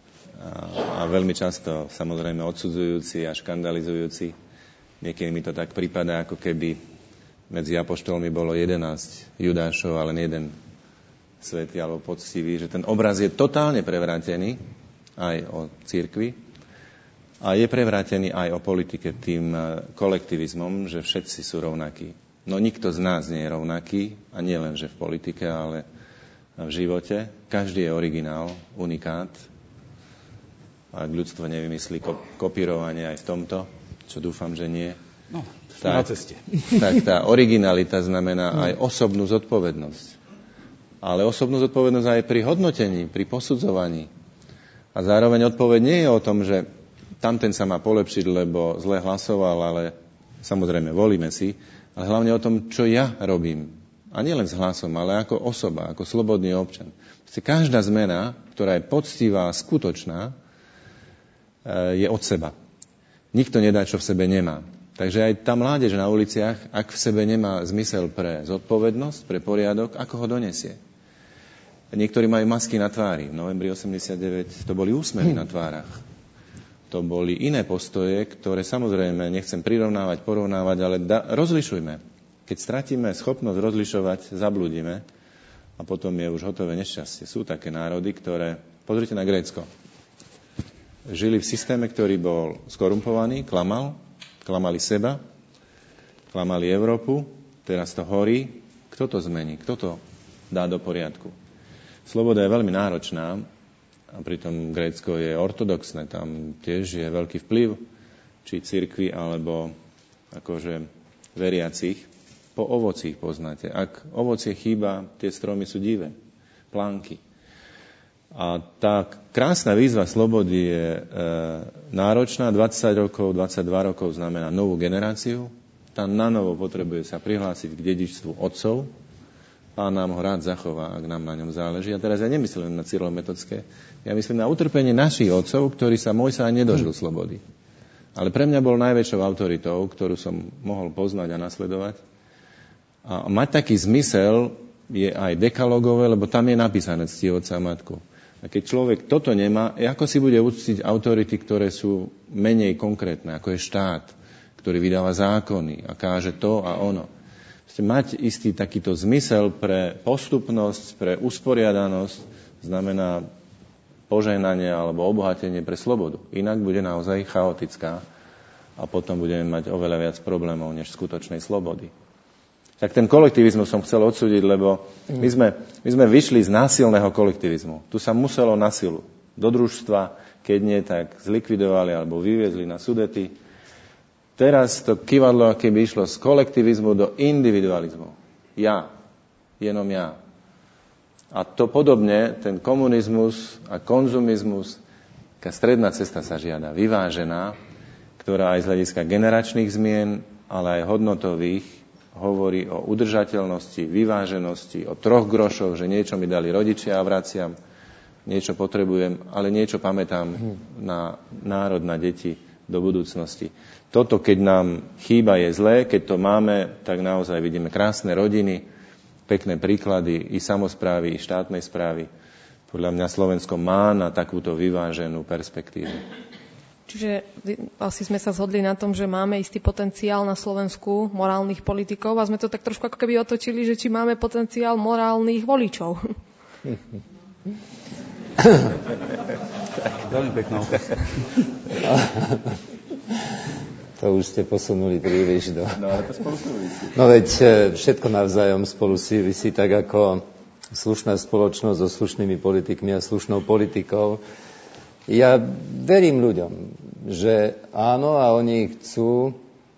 C: A veľmi často, samozrejme, odsudzujúci a škandalizujúci. Niekedy mi to tak prípada, ako keby medzi apoštolmi bolo 11 Judášov, ale nie jeden svätý alebo poctivý, že ten obraz je totálne prevrátený aj o cirkvi a je prevrátený aj o politike tým kolektivizmom, že všetci sú rovnakí. No nikto z nás nie je rovnaký a nie len, že v politike, ale v živote. Každý je originál, unikát. Ak ľudstvo nevymyslí kopírovanie aj v tomto, čo dúfam, že nie.
B: No, na ceste.
C: Tak tá originalita znamená aj osobnú zodpovednosť. Ale osobnú zodpovednosť aj pri hodnotení, pri posudzovaní. A zároveň odpoveď nie je o tom, že tamten sa má polepšiť, lebo zle hlasoval, ale samozrejme volíme si, ale hlavne o tom, čo ja robím. A nie len s hlasom, ale ako osoba, ako slobodný občan. Každá zmena, ktorá je poctivá, skutočná, je od seba. Nikto nedá, čo v sebe nemá. Takže aj tá mládež na uliciach, ak v sebe nemá zmysel pre zodpovednosť, pre poriadok, ako ho donesie? Niektorí majú masky na tvári. V novembri 89 to boli úsmevy na tvárach. To boli iné postoje, ktoré samozrejme nechcem prirovnávať, porovnávať, ale rozlišujme. Keď stratíme schopnosť rozlišovať, zabludíme a potom je už hotové nešťastie. Sú také národy, ktoré, pozrite na Grécko, žili v systéme, ktorý bol skorumpovaný, klamali seba, klamali Európu, teraz to horí. Kto to zmení? Kto to dá do poriadku? Sloboda je veľmi náročná a pritom Grécko je ortodoxné. Tam tiež je veľký vplyv či cirkvi alebo akože veriacich. Po ovoci ich poznáte. Ak ovocie chýba, tie stromy sú divé, plánky. A tá krásna výzva slobody je náročná. 20 rokov, 22 rokov znamená novú generáciu. Tá nanovo potrebuje sa prihlásiť k dedičstvu otcov. Pán nám ho rád zachová, ak nám na ňom záleží. A teraz ja nemyslím na Cyrilometodské. Ja myslím na utrpenie našich otcov, ktorí sa Mojsa aj nedožil slobody. Ale pre mňa bol najväčšou autoritou, ktorú som mohol poznať a nasledovať. A mať taký zmysel je aj dekalogové, lebo tam je napísané cti otca a matku. A keď človek toto nemá, ako si bude uctiť autority, ktoré sú menej konkrétne, ako je štát, ktorý vydáva zákony a káže to a ono. Mať istý takýto zmysel pre postupnosť, pre usporiadanosť, znamená požehnanie alebo obohatenie pre slobodu. Inak bude naozaj chaotická a potom budeme mať oveľa viac problémov než skutočnej slobody. Tak ten kolektivizmus som chcel odsúdiť, lebo my sme vyšli z násilného kolektivizmu. Tu sa muselo na silu. Do družstva, keď nie, tak zlikvidovali alebo vyviezli na Sudety. Teraz to kývadlo, keby išlo z kolektivizmu do individualizmu. Ja. Jenom ja. A to podobne, ten komunizmus a konzumizmus, taká stredná cesta sa žiada, vyvážená, ktorá aj z hľadiska generačných zmien, ale aj hodnotových, hovorí o udržateľnosti, vyváženosti, o 3 grošoch, že niečo mi dali rodičia a vraciam, niečo potrebujem, ale niečo pamätám na národ, na deti do budúcnosti. Toto, keď nám chýba, je zlé, keď to máme, tak naozaj vidíme krásne rodiny, pekné príklady i samosprávy, i štátnej správy. Podľa mňa Slovensko má na takúto vyváženú perspektívu.
A: Čiže asi sme sa zhodli na tom, že máme istý potenciál na Slovensku morálnych politikov a sme to tak trošku ako keby otočili, že či máme potenciál morálnych voličov.
B: Veľmi pekná otázka.
D: To už ste posunuli príliš do...
C: No ale to spolu súvisí.
D: No veď všetko navzájom spolu súvisí, tak ako slušná spoločnosť so slušnými politikmi a slušnou politikou. Ja verím ľuďom, že áno a oni chcú,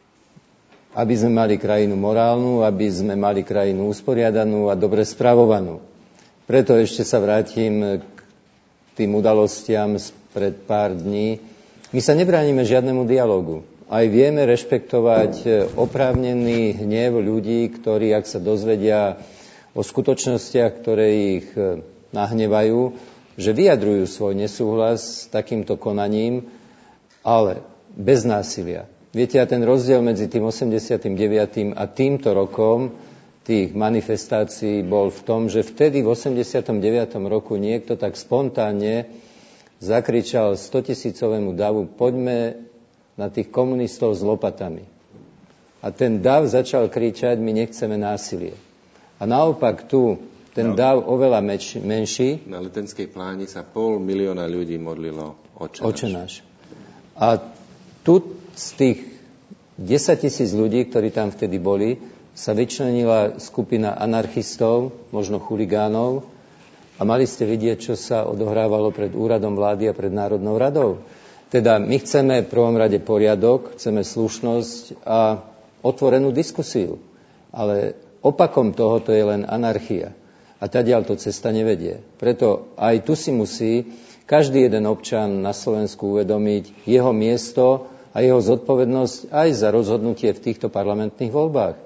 D: aby sme mali krajinu morálnu, aby sme mali krajinu usporiadanú a dobre spravovanú. Preto ešte sa vrátim k tým udalostiam spred pár dní. My sa nebránime žiadnemu dialogu. Aj vieme rešpektovať oprávnený hnev ľudí, ktorí, ak sa dozvedia o skutočnostiach, ktoré ich nahnevajú, že vyjadrujú svoj nesúhlas s takýmto konaním, ale bez násilia. Viete, a ten rozdiel medzi tým 89. a týmto rokom tých manifestácií bol v tom, že vtedy v 89. roku niekto tak spontánne zakričal 100 000-ovému davu: poďme na tých komunistov s lopatami. A ten dav začal kričať: my nechceme násilie. A naopak tu ten dav oveľa menší.
C: Na Letenskej pláni sa 500 000 ľudí modlilo Otče náš.
D: A tu z tých 10 000 ľudí, ktorí tam vtedy boli, sa vyčlenila skupina anarchistov, možno chuligánov, a mali ste vidieť, čo sa odohrávalo pred úradom vlády a pred Národnou radou. Teda my chceme v prvom rade poriadok, chceme slušnosť a otvorenú diskusiu. Ale opakom tohoto je len anarchia. A tadiaľ to cesta nevedie. Preto aj tu si musí každý jeden občan na Slovensku uvedomiť jeho miesto a jeho zodpovednosť aj za rozhodnutie v týchto parlamentných voľbách.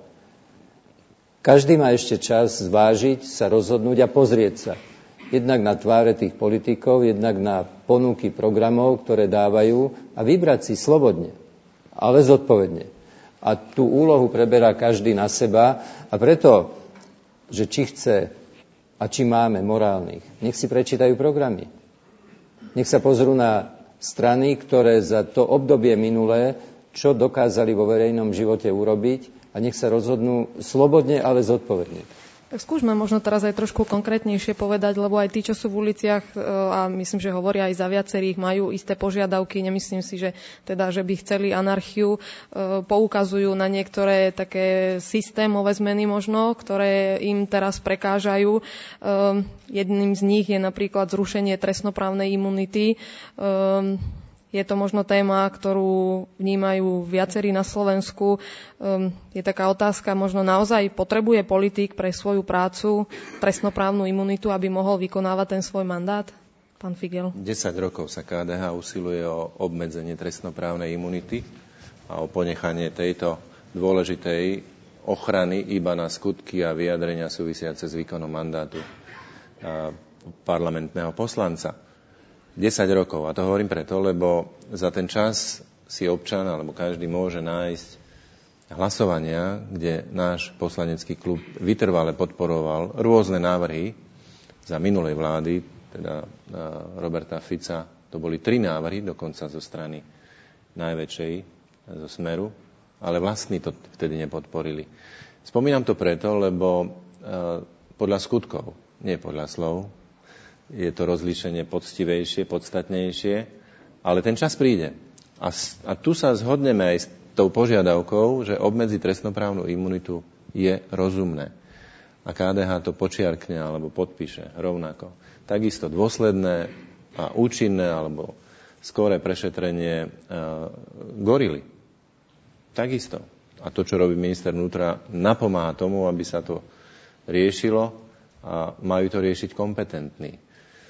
D: Každý má ešte čas zvážiť, sa rozhodnúť a pozrieť sa. Jednak na tváre tých politikov, jednak na ponuky programov, ktoré dávajú, a vybrať si slobodne, ale zodpovedne. A tú úlohu preberá každý na seba, a preto, že či chce a či máme morálnych, nech si prečítajú programy. Nech sa pozrú na strany, ktoré za to obdobie minulé, čo dokázali vo verejnom živote urobiť, a nech sa rozhodnú slobodne, ale zodpovedne.
A: Tak skúsme možno teraz aj trošku konkrétnejšie povedať, lebo aj tí, čo sú v uliciach, a myslím, že hovoria aj za viacerých, majú isté požiadavky. Nemyslím si, že by chceli anarchiu. Poukazujú na niektoré také systémové zmeny možno, ktoré im teraz prekážajú. Jedným z nich je napríklad zrušenie trestnoprávnej imunity. Je to možno téma, ktorú vnímajú viacerí na Slovensku. Je taká otázka, možno naozaj potrebuje politik pre svoju prácu trestnoprávnu imunitu, aby mohol vykonávať ten svoj mandát? Pán Figel.
C: 10 rokov sa KDH usiluje o obmedzenie trestnoprávnej imunity a o ponechanie tejto dôležitej ochrany iba na skutky a vyjadrenia súvisiace s výkonom mandátu parlamentného poslanca. 10 rokov. A to hovorím preto, lebo za ten čas si občan alebo každý môže nájsť hlasovania, kde náš poslanecký klub vytrvale podporoval rôzne návrhy za minulej vlády, teda Roberta Fica. To boli 3 návrhy, dokonca zo strany najväčšej, zo Smeru, ale vlastní to vtedy nepodporili. Spomínam to preto, lebo podľa skutkov, nie podľa slov, je to rozlíšenie poctivejšie, podstatnejšie, ale ten čas príde. A tu sa zhodneme aj s tou požiadavkou, že obmedziť trestnoprávnu imunitu je rozumné. A KDH to počiarkne alebo podpíše rovnako. Takisto dôsledné a účinné alebo skóré prešetrenie gorily. Takisto. A to, čo robí minister vnútra, napomáha tomu, aby sa to riešilo a majú to riešiť kompetentní.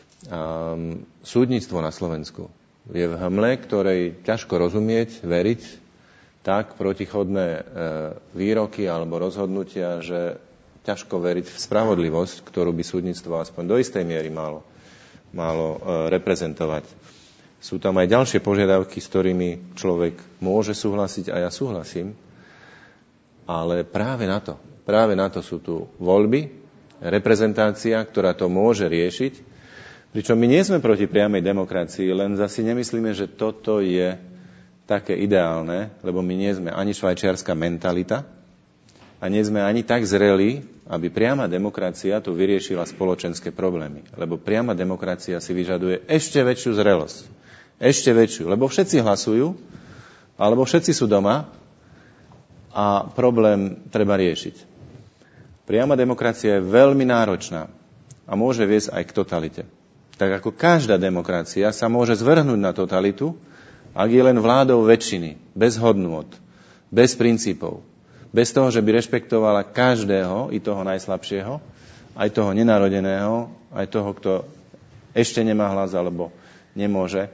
C: Súdnictvo na Slovensku je v hmle, ktorej ťažko rozumieť, veriť, tak protichodné výroky alebo rozhodnutia, že ťažko veriť v spravodlivosť, ktorú by súdnictvo aspoň do istej miery malo reprezentovať. Sú tam aj ďalšie požiadavky, s ktorými človek môže súhlasiť a ja súhlasím, ale práve na to sú tu voľby, reprezentácia, ktorá to môže riešiť. Pričom my nie sme proti priamej demokracii, len zasi nemyslíme, že toto je také ideálne, lebo my nie sme ani švajčiarska mentalita a nie sme ani tak zrelí, aby priama demokracia tu vyriešila spoločenské problémy. Lebo priama demokracia si vyžaduje ešte väčšiu zrelosť. Ešte väčšiu, lebo všetci hlasujú, alebo všetci sú doma a problém treba riešiť. Priama demokracia je veľmi náročná a môže viesť aj k totalite. Tak ako každá demokracia sa môže zvrhnúť na totalitu, ak je len vládou väčšiny, bez hodnôt, bez princípov, bez toho, že by rešpektovala každého, i toho najslabšieho, aj toho nenarodeného, aj toho, kto ešte nemá hlas alebo nemôže.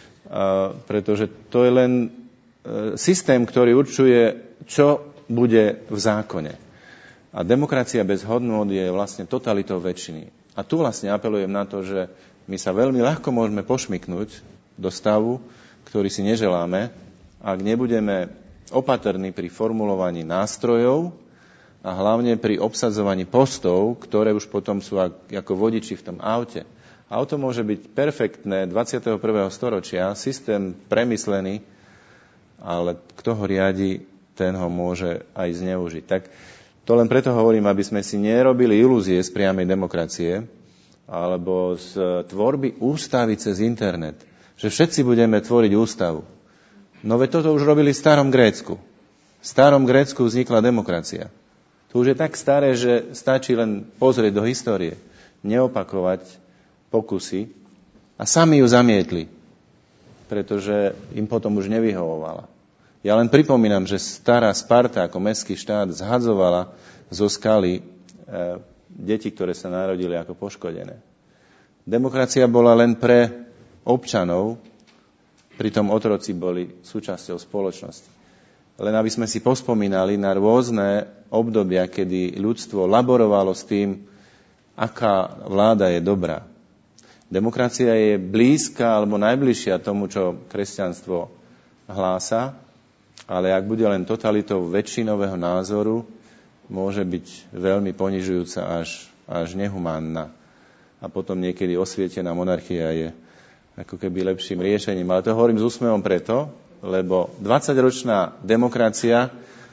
C: Pretože to je len systém, ktorý určuje, čo bude v zákone. A demokracia bez hodnôt je vlastne totalitou väčšiny. A tu vlastne apelujem na to, že my sa veľmi ľahko môžeme pošmyknúť do stavu, ktorý si neželáme, ak nebudeme opatrní pri formulovaní nástrojov a hlavne pri obsadzovaní postov, ktoré už potom sú ako vodiči v tom aute. Auto môže byť perfektné 21. storočia, systém premyslený, ale kto ho riadi, ten ho môže aj zneužiť. Tak to len preto hovorím, aby sme si nerobili ilúzie z priamej demokracie, alebo z tvorby ústavy cez internet, že všetci budeme tvoriť ústavu. No veď toto už robili v starom Grécku. V starom Grécku vznikla demokracia. To už je tak staré, že stačí len pozrieť do histórie, neopakovať pokusy a sami ju zamietli, pretože im potom už nevyhovovala. Ja len pripomínam, že stará Sparta ako mestský štát zhadzovala zo skaly deti, ktoré sa narodili ako poškodené. Demokracia bola len pre občanov, pritom otroci boli súčasťou spoločnosti. Len aby sme si pospomínali na rôzne obdobia, kedy ľudstvo laborovalo s tým, aká vláda je dobrá. Demokracia je blízka alebo najbližšia tomu, čo kresťanstvo hlása, ale ak bude len totalitou väčšinového názoru, môže byť veľmi ponižujúca až nehumánna. A potom niekedy osvietená monarchia je ako keby lepším riešením. Ale to hovorím s úsmevom preto, lebo 20-ročná demokracia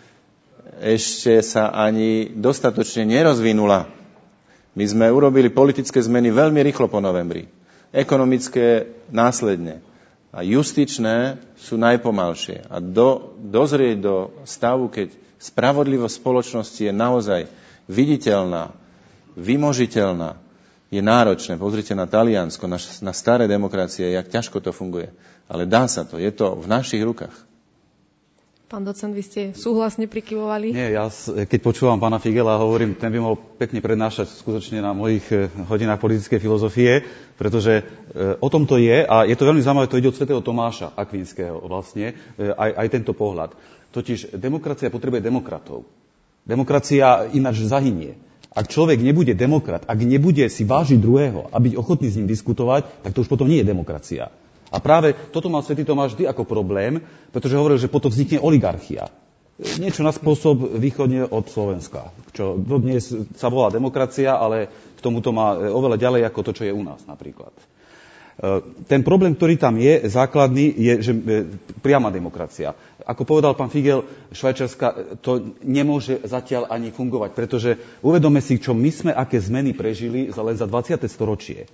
C: ešte sa ani dostatočne nerozvinula. My sme urobili politické zmeny veľmi rýchlo po novembri. Ekonomické následne. A justičné sú najpomalšie. A dozrieť do stavu, keď spravodlivosť spoločnosti je naozaj viditeľná, vymožiteľná, je náročné. Pozrite na Taliansko, na staré demokracie, jak ťažko to funguje. Ale dá sa to, je to v našich rukách.
A: Pán docent, vy ste súhlasne prikyvovali?
B: Nie, ja keď počúvam pána Figela, hovorím, ten by mohol pekne prednášať skutočne na mojich hodinách politickej filozofie, pretože o tom to je a je to veľmi zaujímavé, to ide od svätého Tomáša Akvinského vlastne, aj tento pohľad. Totiž demokracia potrebuje demokratov. Demokracia ináč zahynie. Ak človek nebude demokrat, ak nebude si vážiť druhého a byť ochotný s ním diskutovať, tak to už potom nie je demokracia. A práve toto mal svätý Tomáš vždy ako problém, pretože hovoril, že potom vznikne oligarchia. Niečo na spôsob východne od Slovenska, čo dodnes sa volá demokracia, ale k tomuto má oveľa ďalej ako to, čo je u nás napríklad. Ten problém, ktorý tam je, základný, je, že priama demokracia. Ako povedal pán Figel, Švajčiarska to nemôže zatiaľ ani fungovať, pretože uvedome si, čo my sme, aké zmeny prežili len za 20. storočie.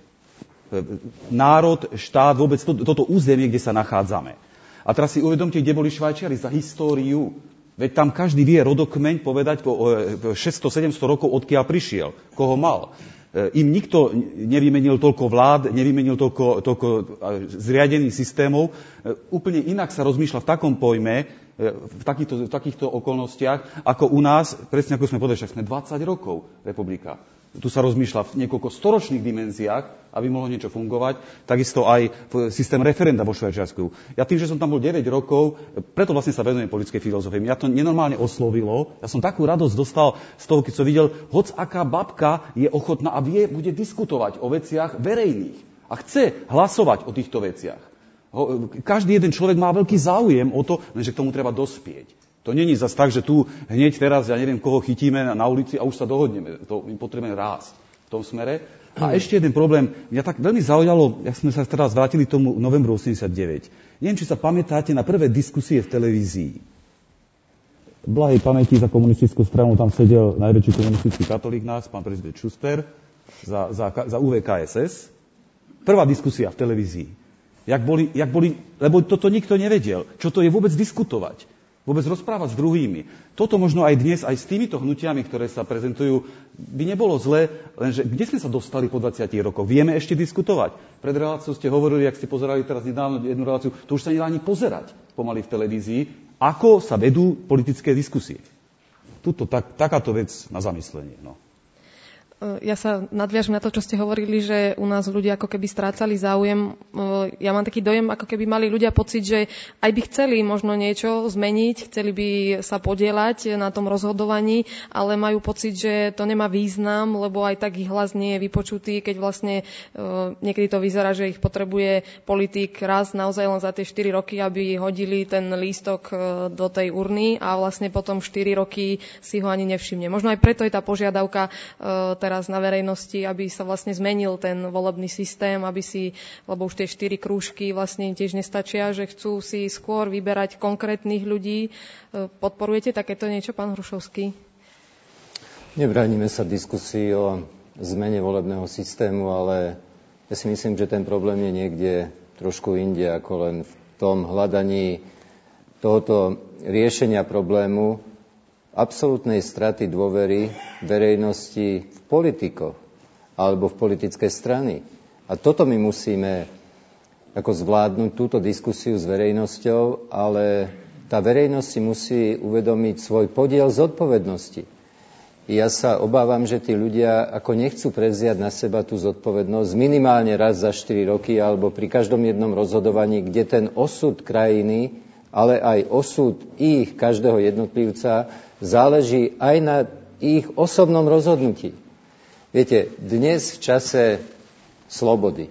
B: Národ, štát, vôbec toto územie, kde sa nachádzame. A teraz si uvedomte, kde boli Švajčiari za históriu. Veď tam každý vie rodokmeň povedať po 600-700 rokov, odkiaľ prišiel, koho mal. Im nikto nevymenil toľko vlád, nevymenil toľko zriadených systémov. Úplne inak sa rozmýšľa v takom pojme, v takýchto okolnostiach, ako u nás, presne ako sme povedali, však sme 20 rokov republika. Tu sa rozmýšľa v niekoľko storočných dimenziách, aby mohlo niečo fungovať. Takisto aj systém referenda vo Švajčiarsku. Ja tým, že som tam bol 9 rokov, preto vlastne sa venujem politickej filozofii. Mňa to nenormálne oslovilo. Ja som takú radosť dostal z toho, keď som videl, hoc aká babka je ochotná a bude diskutovať o veciach verejných. A chce hlasovať o týchto veciach. Každý jeden človek má veľký záujem o to, lenže k tomu treba dospieť. To nie je zase tak, že tu hneď teraz, ja neviem, koho chytíme na ulici a už sa dohodneme. To my potrebujeme rásť v tom smere. A ešte jeden problém. Mňa tak veľmi zaujalo, jak sme sa teraz vrátili tomu novembru 89. Neviem, či sa pamätáte na prvé diskusie v televízii. Blahej pamäti za komunistickú stranu tam sedel najväčší komunistický katolík nás, pán prezident Schuster, za UVKSS. Prvá diskusia v televízii. Jak boli, lebo toto nikto nevedel. Čo to je vôbec diskutovať? Vôbec rozprávať s druhými. Toto možno aj dnes, aj s týmito hnutiami, ktoré sa prezentujú, by nebolo zlé, lenže kde sme sa dostali po 20 rokoch? Vieme ešte diskutovať. Pred reláciou ste hovorili, ak ste pozerali teraz nedávno jednu reláciu, to už sa nedá ani pozerať pomaly v televízii, ako sa vedú politické diskusie. Takáto vec na zamyslenie. No.
A: Ja sa nadviažem na to, čo ste hovorili, že u nás ľudia ako keby strácali záujem. Ja mám taký dojem, ako keby mali ľudia pocit, že aj by chceli možno niečo zmeniť, chceli by sa podieľať na tom rozhodovaní, ale majú pocit, že to nemá význam, lebo aj tak ich hlas nie je vypočutý, keď vlastne niekedy to vyzerá, že ich potrebuje politik raz naozaj len za tie 4 roky, aby hodili ten lístok do tej urny a vlastne potom 4 roky si ho ani nevšimne. Možno aj preto je tá požiadavka teraz na verejnosti, aby sa vlastne zmenil ten volebný systém, lebo už tie 4 krúžky vlastne tiež nestačia, že chcú si skôr vyberať konkrétnych ľudí. Podporujete takéto niečo, pán Hrušovský?
D: Nebránime sa diskusii o zmene volebného systému, ale ja si myslím, že ten problém je niekde trošku inde, ako len v tom hľadaní tohoto riešenia problému absolútnej straty dôvery verejnosti v politikoch alebo v politické strany. A toto my musíme ako zvládnuť, túto diskusiu s verejnosťou, ale tá verejnosť si musí uvedomiť svoj podiel zodpovednosti. Ja sa obávam, že tí ľudia ako nechcú prevziať na seba tú zodpovednosť minimálne raz za 4 roky alebo pri každom jednom rozhodovaní, kde ten osud krajiny, ale aj osud ich, každého jednotlivca, záleží aj na ich osobnom rozhodnutí. Viete, dnes v čase slobody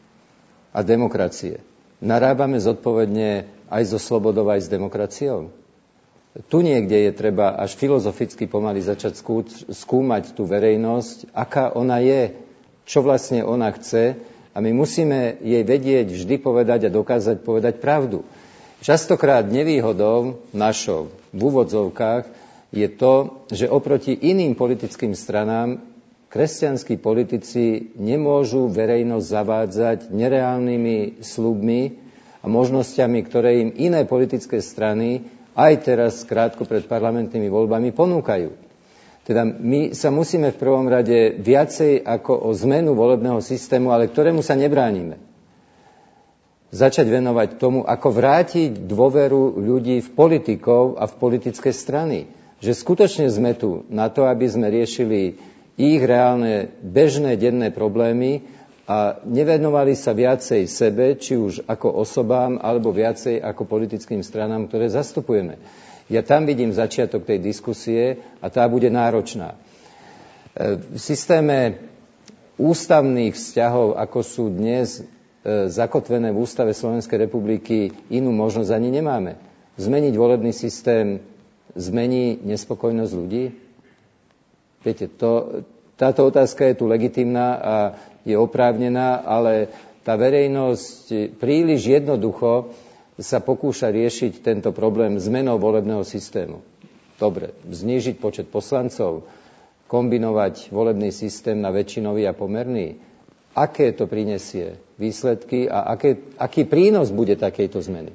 D: a demokracie narábame zodpovedne aj so slobodou, aj s demokraciou. Tu niekde je treba až filozoficky pomaly začať skúmať tú verejnosť, aká ona je, čo vlastne ona chce a my musíme jej vedieť vždy povedať a dokázať povedať pravdu. Častokrát nevýhodou našou v úvodzovkách je to, že oproti iným politickým stranám kresťanskí politici nemôžu verejnosť zavádzať nereálnymi sľubmi a možnosťami, ktoré im iné politické strany aj teraz krátko pred parlamentnými voľbami ponúkajú. Teda my sa musíme v prvom rade viacej ako o zmenu volebného systému, ale ktorému sa nebránime, začať venovať tomu, ako vrátiť dôveru ľudí v politikov a v politické strany. Že skutočne sme tu na to, aby sme riešili ich reálne, bežné, denné problémy a nevenovali sa viacej sebe, či už ako osobám, alebo viacej ako politickým stranám, ktoré zastupujeme. Ja tam vidím začiatok tej diskusie a tá bude náročná. V systéme ústavných vzťahov, ako sú dnes zakotvené v Ústave Slovenskej republiky, inú možnosť ani nemáme. Zmeniť volebný systém zmení nespokojnosť ľudí? Viete, táto otázka je tu legitímna a je oprávnená, ale tá verejnosť príliš jednoducho sa pokúša riešiť tento problém zmenou volebného systému. Dobre, znížiť počet poslancov, kombinovať volebný systém na väčšinový a pomerný. Aké to prinesie výsledky a aký prínos bude takejto zmeny?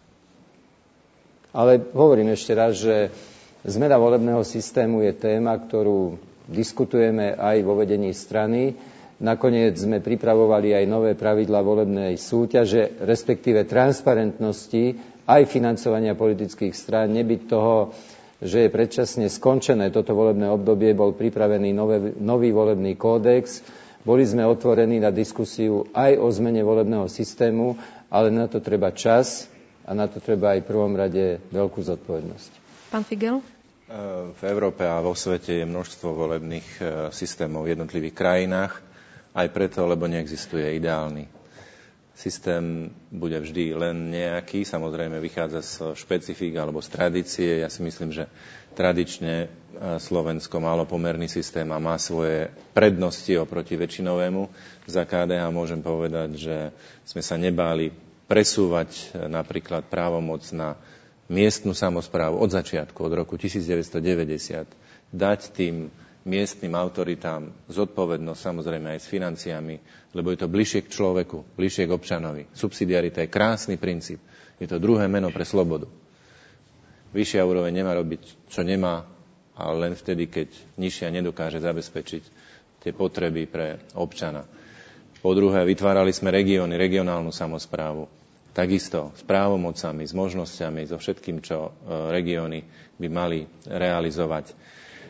D: Ale hovorím ešte raz, že zmena volebného systému je téma, ktorú diskutujeme aj vo vedení strany. Nakoniec sme pripravovali aj nové pravidlá volebnej súťaže, respektíve transparentnosti aj financovania politických strán. Nebyť toho, že je predčasne skončené toto volebné obdobie, bol pripravený nový volebný kódex. Boli sme otvorení na diskusiu aj o zmene volebného systému, ale na to treba čas a na to treba aj v prvom rade veľkú zodpovednosť.
A: Pán Figel?
C: V Európe a vo svete je množstvo volebných systémov v jednotlivých krajinách. Aj preto, lebo neexistuje ideálny. Systém bude vždy len nejaký, samozrejme vychádza z špecifík alebo z tradície. Ja si myslím, že tradične Slovensko malo pomerný systém a má svoje prednosti oproti väčšinovému. Za KDH môžem povedať, že sme sa nebáli presúvať napríklad právomoc na miestnu samosprávu od začiatku, od roku 1990. Dať tým miestnym autoritám zodpovednosť, samozrejme aj s financiami, lebo je to bližšie k človeku, bližšie k občanovi. Subsidiarita je krásny princíp. Je to druhé meno pre slobodu. Vyššia úroveň nemá robiť, čo nemá, ale len vtedy, keď nižšia nedokáže zabezpečiť tie potreby pre občana. Po druhé, vytvárali sme regióny, regionálnu samosprávu. Takisto s právomocami, s možnosťami, so všetkým, čo regióny by mali realizovať.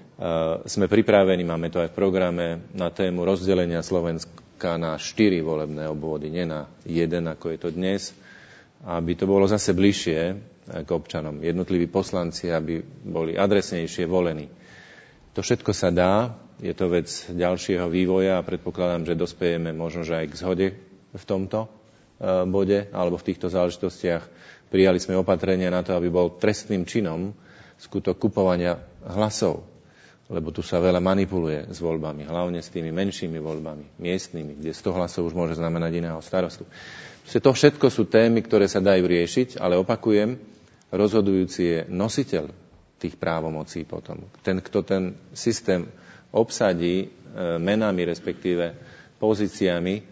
C: Sme pripravení, máme to aj v programe, na tému rozdelenia Slovenska na 4 volebné obvody, nie na 1, ako je to dnes, aby to bolo zase bližšie k občanom. Jednotliví poslanci, aby boli adresnejšie volení. To všetko sa dá, je to vec ďalšieho vývoja a predpokladám, že dospejeme možno že aj k zhode v tomto bode alebo v týchto záležitostiach. Prijali sme opatrenia na to, aby bol trestným činom skutok kupovania hlasov. Lebo tu sa veľa manipuluje s voľbami, hlavne s tými menšími voľbami, miestnymi, kde 100 hlasov už môže znamenať iného starostu. To všetko sú témy, ktoré sa dajú riešiť, ale opakujem, rozhodujúci je nositeľ tých právomocí potom. Ten, kto ten systém obsadí menami, respektíve pozíciami,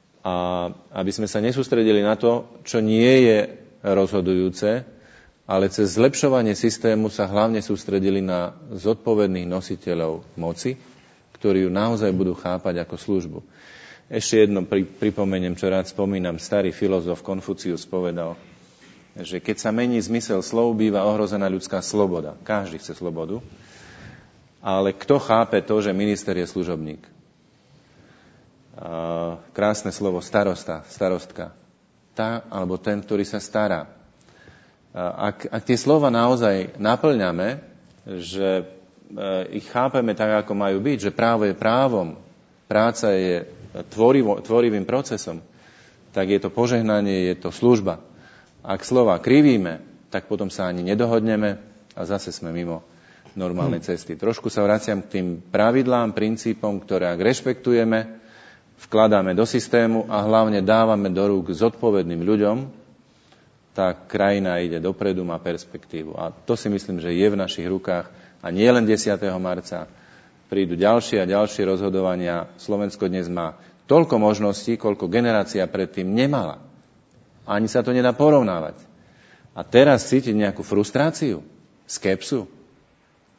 C: a aby sme sa nesústredili na to, čo nie je rozhodujúce, ale cez zlepšovanie systému sa hlavne sústredili na zodpovedných nositeľov moci, ktorí ju naozaj budú chápať ako službu. Ešte jedno pripomeniem, čo rád spomínam. Starý filozof Konfucius povedal, že keď sa mení zmysel slov, býva ohrozená ľudská sloboda. Každý chce slobodu, ale kto chápe to, že minister je služobník? Krásne slovo starosta, starostka. Tá alebo ten, ktorý sa stará. Ak tie slova naozaj naplňame, že ich chápeme tak, ako majú byť, že právo je právom, práca je tvorivým procesom, tak je to požehnanie, je to služba. Ak slova krivíme, tak potom sa ani nedohodneme a zase sme mimo normálnej cesty. Trošku sa vraciam k tým pravidlám, princípom, ktoré ak rešpektujeme, vkladáme do systému a hlavne dávame do rúk zodpovedným ľuďom, tá krajina ide dopredu, má perspektívu. A to si myslím, že je v našich rukách. A nie len 10. marca. Prídu ďalšie a ďalšie rozhodovania. Slovensko dnes má toľko možností, koľko generácia predtým nemala. Ani sa to nedá porovnávať. A teraz cítiť nejakú frustráciu, skepsu,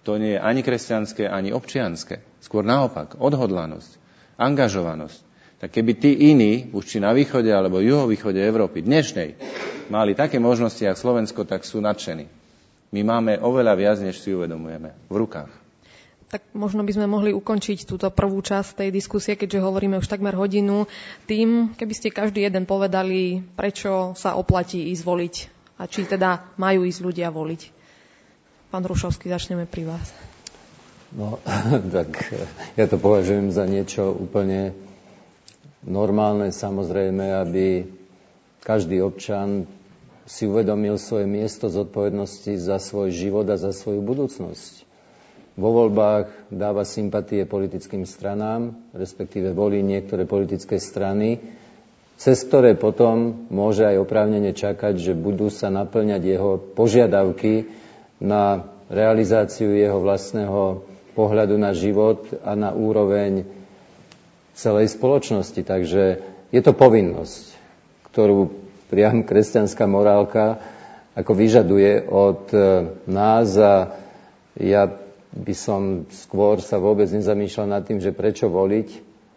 C: To nie je ani kresťanské, ani občianske. Skôr naopak, odhodlanosť, angažovanosť. Tak keby tí iní, už či na východe alebo juhovýchode Európy, dnešnej, mali také možnosti ako Slovensko, tak sú nadšení. My máme oveľa viac, než si uvedomujeme, v rukách.
A: Tak možno by sme mohli ukončiť túto prvú časť tej diskusie, keďže hovoríme už takmer hodinu, tým, keby ste každý jeden povedali, prečo sa oplatí ísť voliť a či teda majú ísť ľudia voliť. Pán Hrušovský, začneme pri vás.
D: No, tak ja to považujem za niečo úplne normálne, samozrejme, aby každý občan si uvedomil svoje miesto zodpovednosti za svoj život a za svoju budúcnosť. Vo voľbách dáva sympatie politickým stranám, respektíve volí niektoré politické strany, cez ktoré potom môže aj oprávnene čakať, že budú sa naplňať jeho požiadavky na realizáciu jeho vlastného pohľadu na život a na úroveň celej spoločnosti. Takže je to povinnosť, ktorú priam kresťanská morálka ako vyžaduje od nás a ja by som skôr sa vôbec nezamýšľal nad tým, že prečo voliť,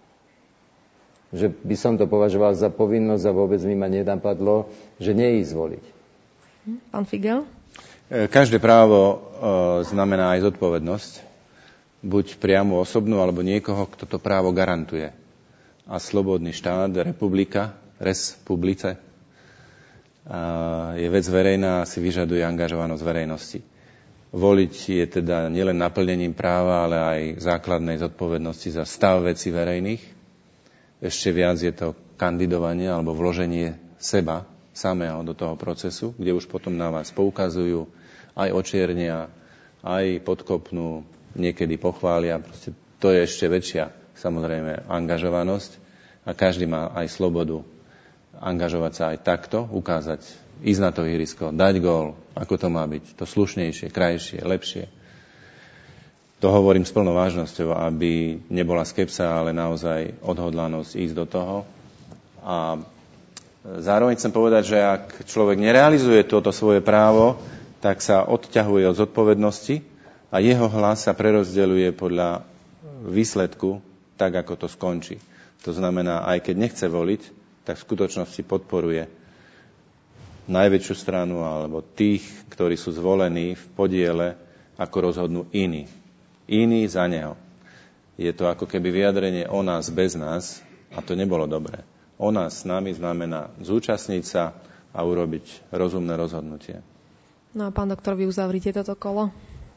D: že by som to považoval za povinnosť a vôbec mi ma nenapadlo, že neísť voliť.
A: Pán Figel?
C: Každé právo znamená aj zodpovednosť. Buď priamo osobnú, alebo niekoho, kto to právo garantuje. A slobodný štát, republika, res publice, je vec verejná a si vyžaduje angažovanosť verejnosti. Voliť je teda nielen naplnením práva, ale aj základnej zodpovednosti za stav vecí verejných. Ešte viac je to kandidovanie alebo vloženie seba samého do toho procesu, kde už potom na vás poukazujú, aj očiernia, aj podkopnú, niekedy pochvália. Proste to je ešte väčšia, samozrejme, angažovanosť a každý má aj slobodu angažovať sa aj takto, ukázať, ísť na to ihrisko, dať gól, ako to má byť, to slušnejšie, krajšie, lepšie. To hovorím s plnou vážnosťou, aby nebola skepsa, ale naozaj odhodlanosť ísť do toho. A zároveň chcem povedať, že ak človek nerealizuje toto svoje právo, tak sa odťahuje od zodpovednosti a jeho hlas sa prerozdeľuje podľa výsledku, tak ako to skončí. To znamená, aj keď nechce voliť, tak v skutočnosti podporuje najväčšiu stranu alebo tých, ktorí sú zvolení v podiele, ako rozhodnú iní. Iní za neho. Je to ako keby vyjadrenie o nás bez nás a to nebolo dobré. O nás s nami znamená zúčastniť sa a urobiť rozumné rozhodnutie.
A: No a pán doktor, vy uzavrite toto kolo?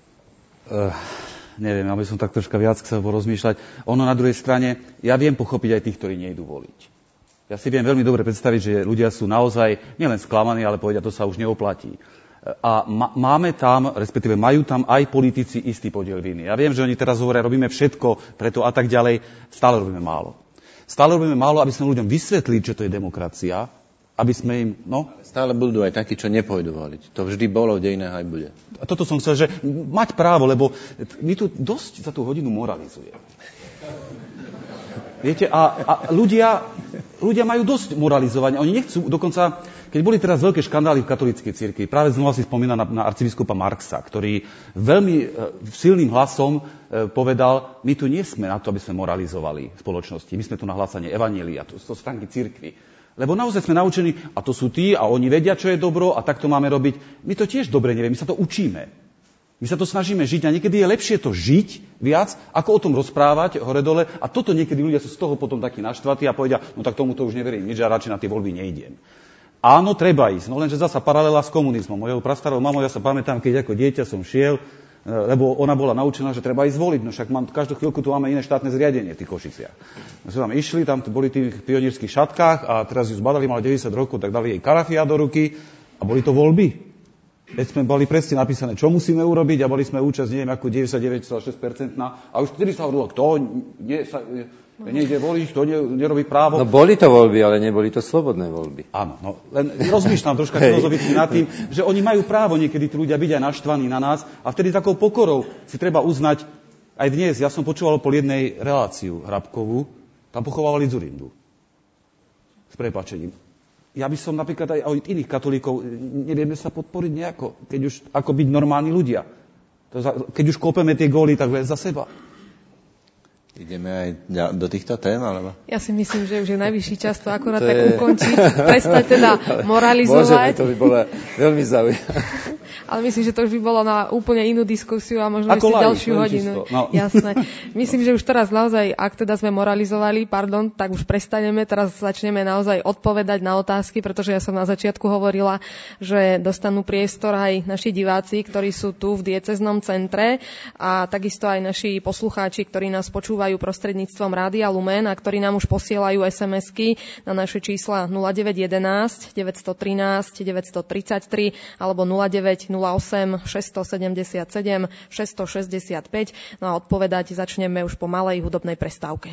B: Neviem, aby som tak troška viac chcel porozmýšľať. Ono na druhej strane, ja viem pochopiť aj tých, ktorí nejdú voliť. Ja si viem veľmi dobre predstaviť, že ľudia sú naozaj nielen sklamaní, ale povedia, to sa už neoplatí. A máme tam, respektíve majú tam aj politici istý podiel viny. Ja viem, že oni teraz hovoria, robíme všetko preto a tak ďalej. Stále robíme málo. Stále robíme málo, aby sme ľuďom vysvetlili, čo to je demokracia, aby sme im,
C: Stále budú aj takí, čo nepôjdu voliť. To vždy bolo, v dejinách aj bude.
B: A toto som chcel, že mať právo, lebo my tu dosť za tú hodinu moralizujeme. Viete, a ľudia majú dosť moralizovania. Oni nechcú, dokonca, keď boli teraz veľké škandály v katolíckej cirkvi, práve znova si spomínam na arcibiskupa Marxa, ktorý veľmi silným hlasom povedal, my tu nie sme na to, aby sme moralizovali spoločnosti. My sme tu na hlásanie evanjelia, to sú stránky cirkvi. Lebo naozaj sme naučení, a to sú tí, a oni vedia, čo je dobro, a tak to máme robiť. My to tiež dobre nevieme, my sa to učíme. My sa to snažíme žiť a niekedy je lepšie to žiť viac, ako o tom rozprávať hore-dole. A toto niekedy ľudia sú z toho potom takí naštvatí a povedia, no tak tomuto už neverím nič a radšej na tie voľby nejdem. Áno, treba ísť, no lenže zasa paralela s komunizmom. Mojou prastarou mamou, ja sa pamätám, keď ako dieťa som šiel, lebo ona bola naučená, že treba ísť voliť. No však každú chvíľku tu máme iné štátne zriadenie v tých Košiciach. My sme tam išli, tam boli v tých pionierských šatkách a teraz ju zbadali, mala 90 rokov, tak dali jej karafia do ruky a boli to voľby. Veď sme boli presne napísané, čo musíme urobiť a boli sme účasť, neviem, ako 99,6% a už vtedy sa hovorilo, kto nejde voliť, kto nerobí právo.
D: No boli to voľby, ale neboli to slobodné voľby.
B: Áno, no len rozmýšľam troška filozoficky nad tým, že oni majú právo niekedy tí ľudia byť aj naštvaní na nás a vtedy takou pokorou si treba uznať, aj dnes, ja som počúval po jednej reláciu Hrabkovú, tam pochovávali Dzurindu. S prepáčením. Ja by som napríklad aj od iných katolíkov, nevieme sa podporiť nejako, keď už ako byť normálni ľudia. Keď už kopeme tie góly, tak za seba.
C: Ideme aj do týchto tém, alebo?
A: Ja si myslím, že už je najvyšší čas to akorát tak ukončiť. Prestať teda moralizovať.
D: Môžeme, to by bolo veľmi zaujímavé.
A: Ale myslím, že to už by bolo na úplne inú diskusiu a možno ešte ďalšiu hodinu.
B: No.
A: Jasné. Myslím, že už teraz naozaj, ak teda sme moralizovali, tak už prestaneme. Teraz začneme naozaj odpovedať na otázky, pretože ja som na začiatku hovorila, že dostanú priestor aj naši diváci, ktorí sú tu v diecéznom centre a takisto aj naši poslucháči, ktorí nás počúvajú prostredníctvom Rádia Lumen a ktorí nám už posielajú SMS-ky na naše čísla 0911 913 933 alebo 0908 677 665. No a odpovedať začneme už po malej hudobnej prestávke.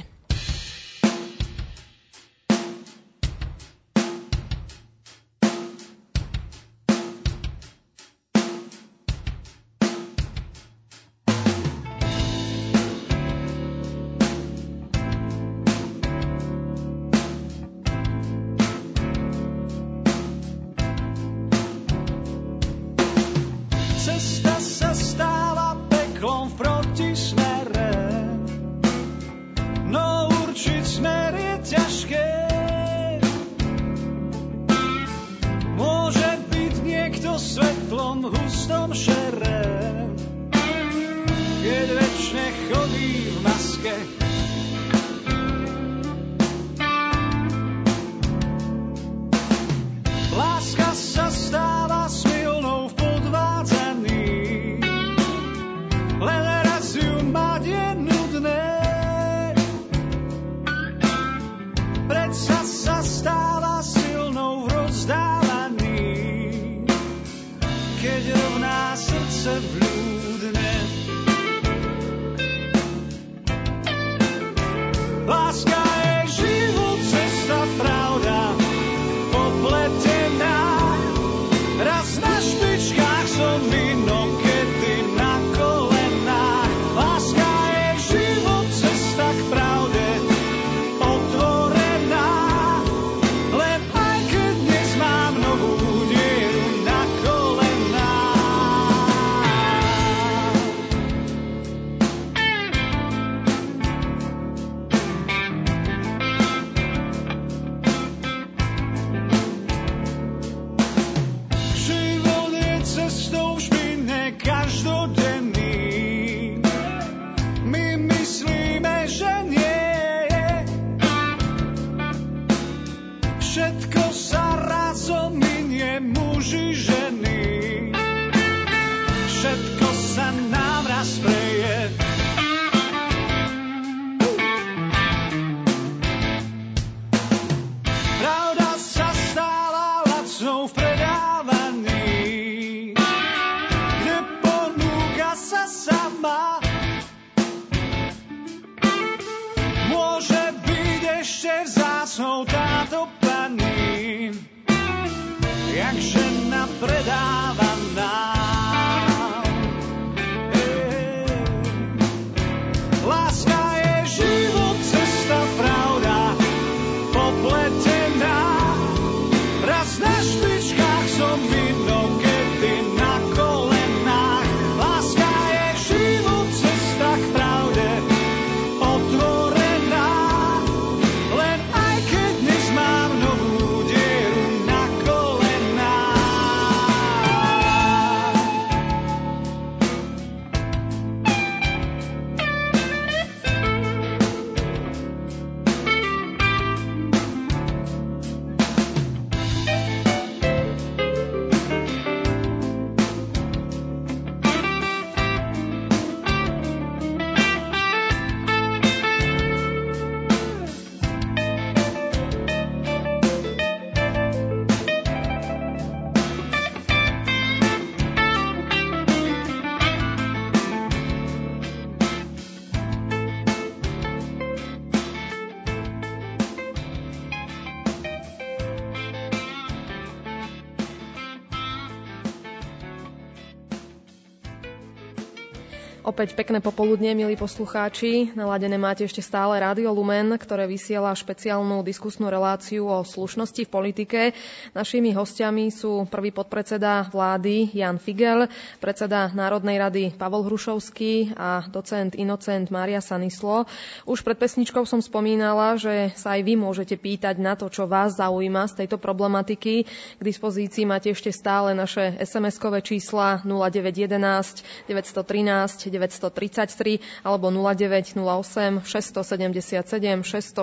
A: Opäť pekné popoludnie, milí poslucháči. Naladené máte ešte stále Rádio Lumen, ktoré vysiela špeciálnu diskusnú reláciu o slušnosti v politike. Našimi hostiami sú prvý podpredseda vlády Ján Figel, predseda Národnej rady Pavol Hrušovský a docent Inocent Mária Sanislo. Už pred pesničkou som spomínala, že sa aj vy môžete pýtať na to, čo vás zaujíma z tejto problematiky. K dispozícii máte ešte stále naše SMS-kové čísla 0911 913 933 alebo 0908 677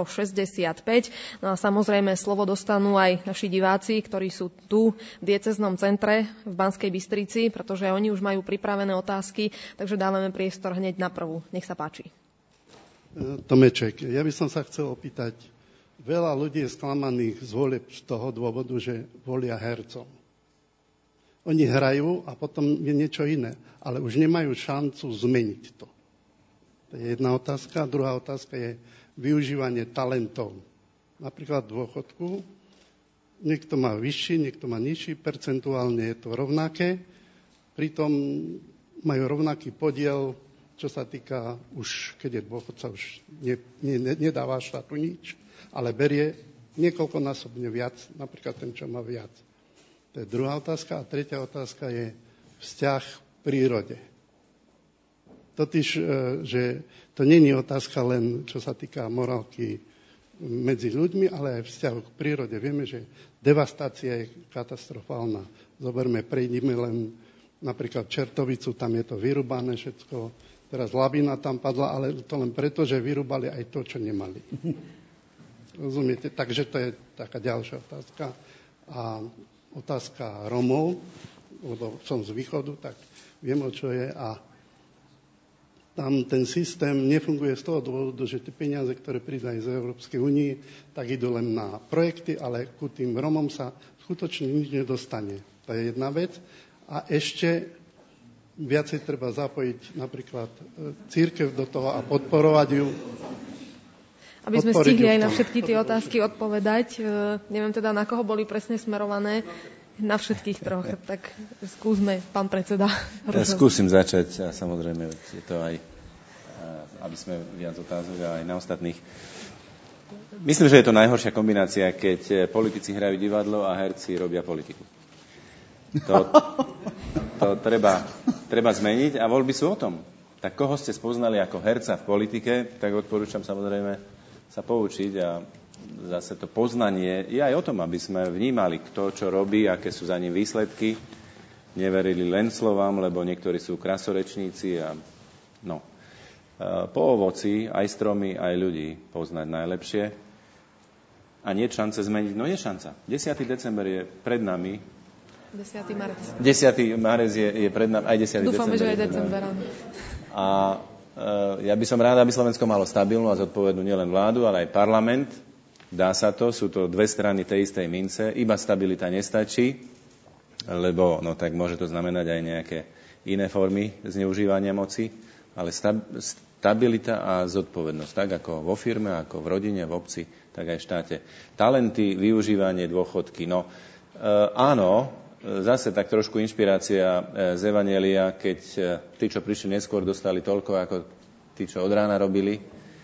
A: 665. No a samozrejme slovo dostanú aj naši diváci, ktorí sú tu v diecéznom centre v Banskej Bystrici, pretože oni už majú pripravené otázky, takže dávame priestor hneď na prvú. Nech sa páči.
E: Tomeček, ja by som sa chcel opýtať, veľa ľudí je sklamaných z volieb z toho dôvodu, že volia hercom. Oni hrajú a potom je niečo iné, ale už nemajú šancu zmeniť to. To je jedna otázka. Druhá otázka je využívanie talentov. Napríklad v dôchodku. Niekto má vyšší, niekto má nižší, percentuálne je to rovnaké. Pritom majú rovnaký podiel, čo sa týka, už keď je dôchodca, už nedáva štátu nič, ale berie niekoľkonásobne viac, napríklad ten, čo má viac. To je druhá otázka. A tretia otázka je vzťah k prírode. Totiž, že to nie je otázka len, čo sa týka morálky medzi ľuďmi, ale aj vzťahu k prírode. Vieme, že devastácia je katastrofálna. Zoberme, prejdime len napríklad Čertovicu, tam je to vyrúbané všetko. Teraz Labina tam padla, ale to len preto, že vyrúbali aj to, čo nemali. Rozumiete? Takže to je taká ďalšia otázka. A otázka Romov, lebo som z východu, tak viem, o čo je. A tam ten systém nefunguje z toho dôvodu, že tie peniaze, ktoré prídu aj z Európskej únie, tak idú len na projekty, ale ku tým Romom sa skutočne nič nedostane. To je jedna vec. A ešte viacej treba zapojiť napríklad cirkev do toho a podporovať ju.
A: Aby sme stihli aj na všetky tie otázky odpovedať. Neviem teda, na koho boli presne smerované. Na všetkých troch. Tak skúsme, pán predseda.
C: Ja skúsim začať a samozrejme je to aj, aby sme viac otázok aj na ostatných. Myslím, že je to najhoršia kombinácia, keď politici hrajú divadlo a herci robia politiku. To treba zmeniť a voľby sú o tom. Tak koho ste spoznali ako herca v politike, tak odporúčam samozrejme sa poučiť a zase to poznanie je aj o tom, aby sme vnímali, kto čo robí, aké sú za ním výsledky, neverili len slovám, lebo niektorí sú krasorečníci a no. Po ovoci aj stromy, aj ľudí poznať najlepšie a nie je šance zmeniť, no je šanca. 10. december je pred nami.
A: 10. marec.
C: 10. marec je pred nami, aj 10.
A: Dúfame,
C: december.
A: Že aj december.
C: A ja by som rád, aby Slovensko malo stabilnú a zodpovednú nielen vládu, ale aj parlament. Dá sa to, sú to dve strany tej istej mince. Iba stabilita nestačí, lebo no tak môže to znamenať aj nejaké iné formy zneužívania moci, ale stabilita a zodpovednosť, tak ako vo firme, ako v rodine, v obci, tak aj v štáte. Talenty, využívanie, dôchodky. No áno, zase tak trošku inšpirácia z Evanjelia, keď tí, čo prišli neskôr, dostali toľko, ako tí, čo od rána robili.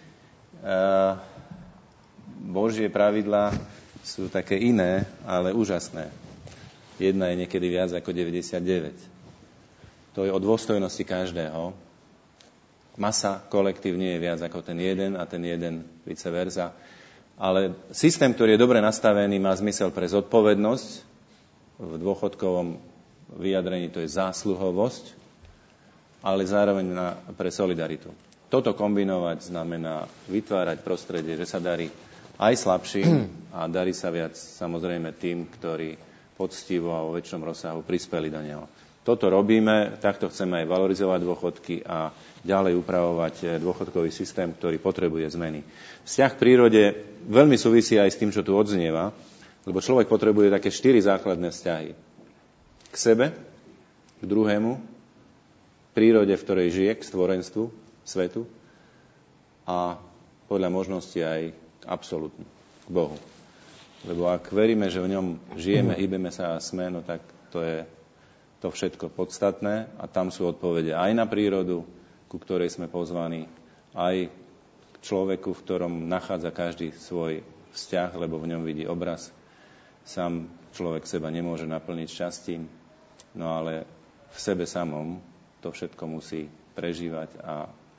C: Božie pravidlá sú také iné, ale úžasné. Jedna je niekedy viac ako 99. To je o dôstojnosti každého. Masa, kolektív nie je viac ako ten jeden a ten jeden vice versa. Ale systém, ktorý je dobre nastavený, má zmysel pre zodpovednosť. V dôchodkovom vyjadrení to je zásluhovosť, ale zároveň pre solidaritu. Toto kombinovať znamená vytvárať prostredie, že sa darí aj slabším a darí sa viac samozrejme tým, ktorí poctivo a vo väčšom rozsahu prispeli do neho. Toto robíme, takto chceme aj valorizovať dôchodky a ďalej upravovať dôchodkový systém, ktorý potrebuje zmeny. Vzťah k prírode veľmi súvisí aj s tým, čo tu odznieva, lebo človek potrebuje také 4 základné vzťahy. K sebe, k druhému, prírode, v ktorej žije, k stvorenstvu, svetu a podľa možnosti aj absolútne, k Bohu. Lebo ak veríme, že v ňom žijeme, hýbeme sa a sme, no tak to je to všetko podstatné a tam sú odpovede aj na prírodu, ku ktorej sme pozvaní, aj k človeku, v ktorom nachádza každý svoj vzťah, lebo v ňom vidí obraz. Sám človek seba nemôže naplniť šťastím, no ale v sebe samom to všetko musí prežívať a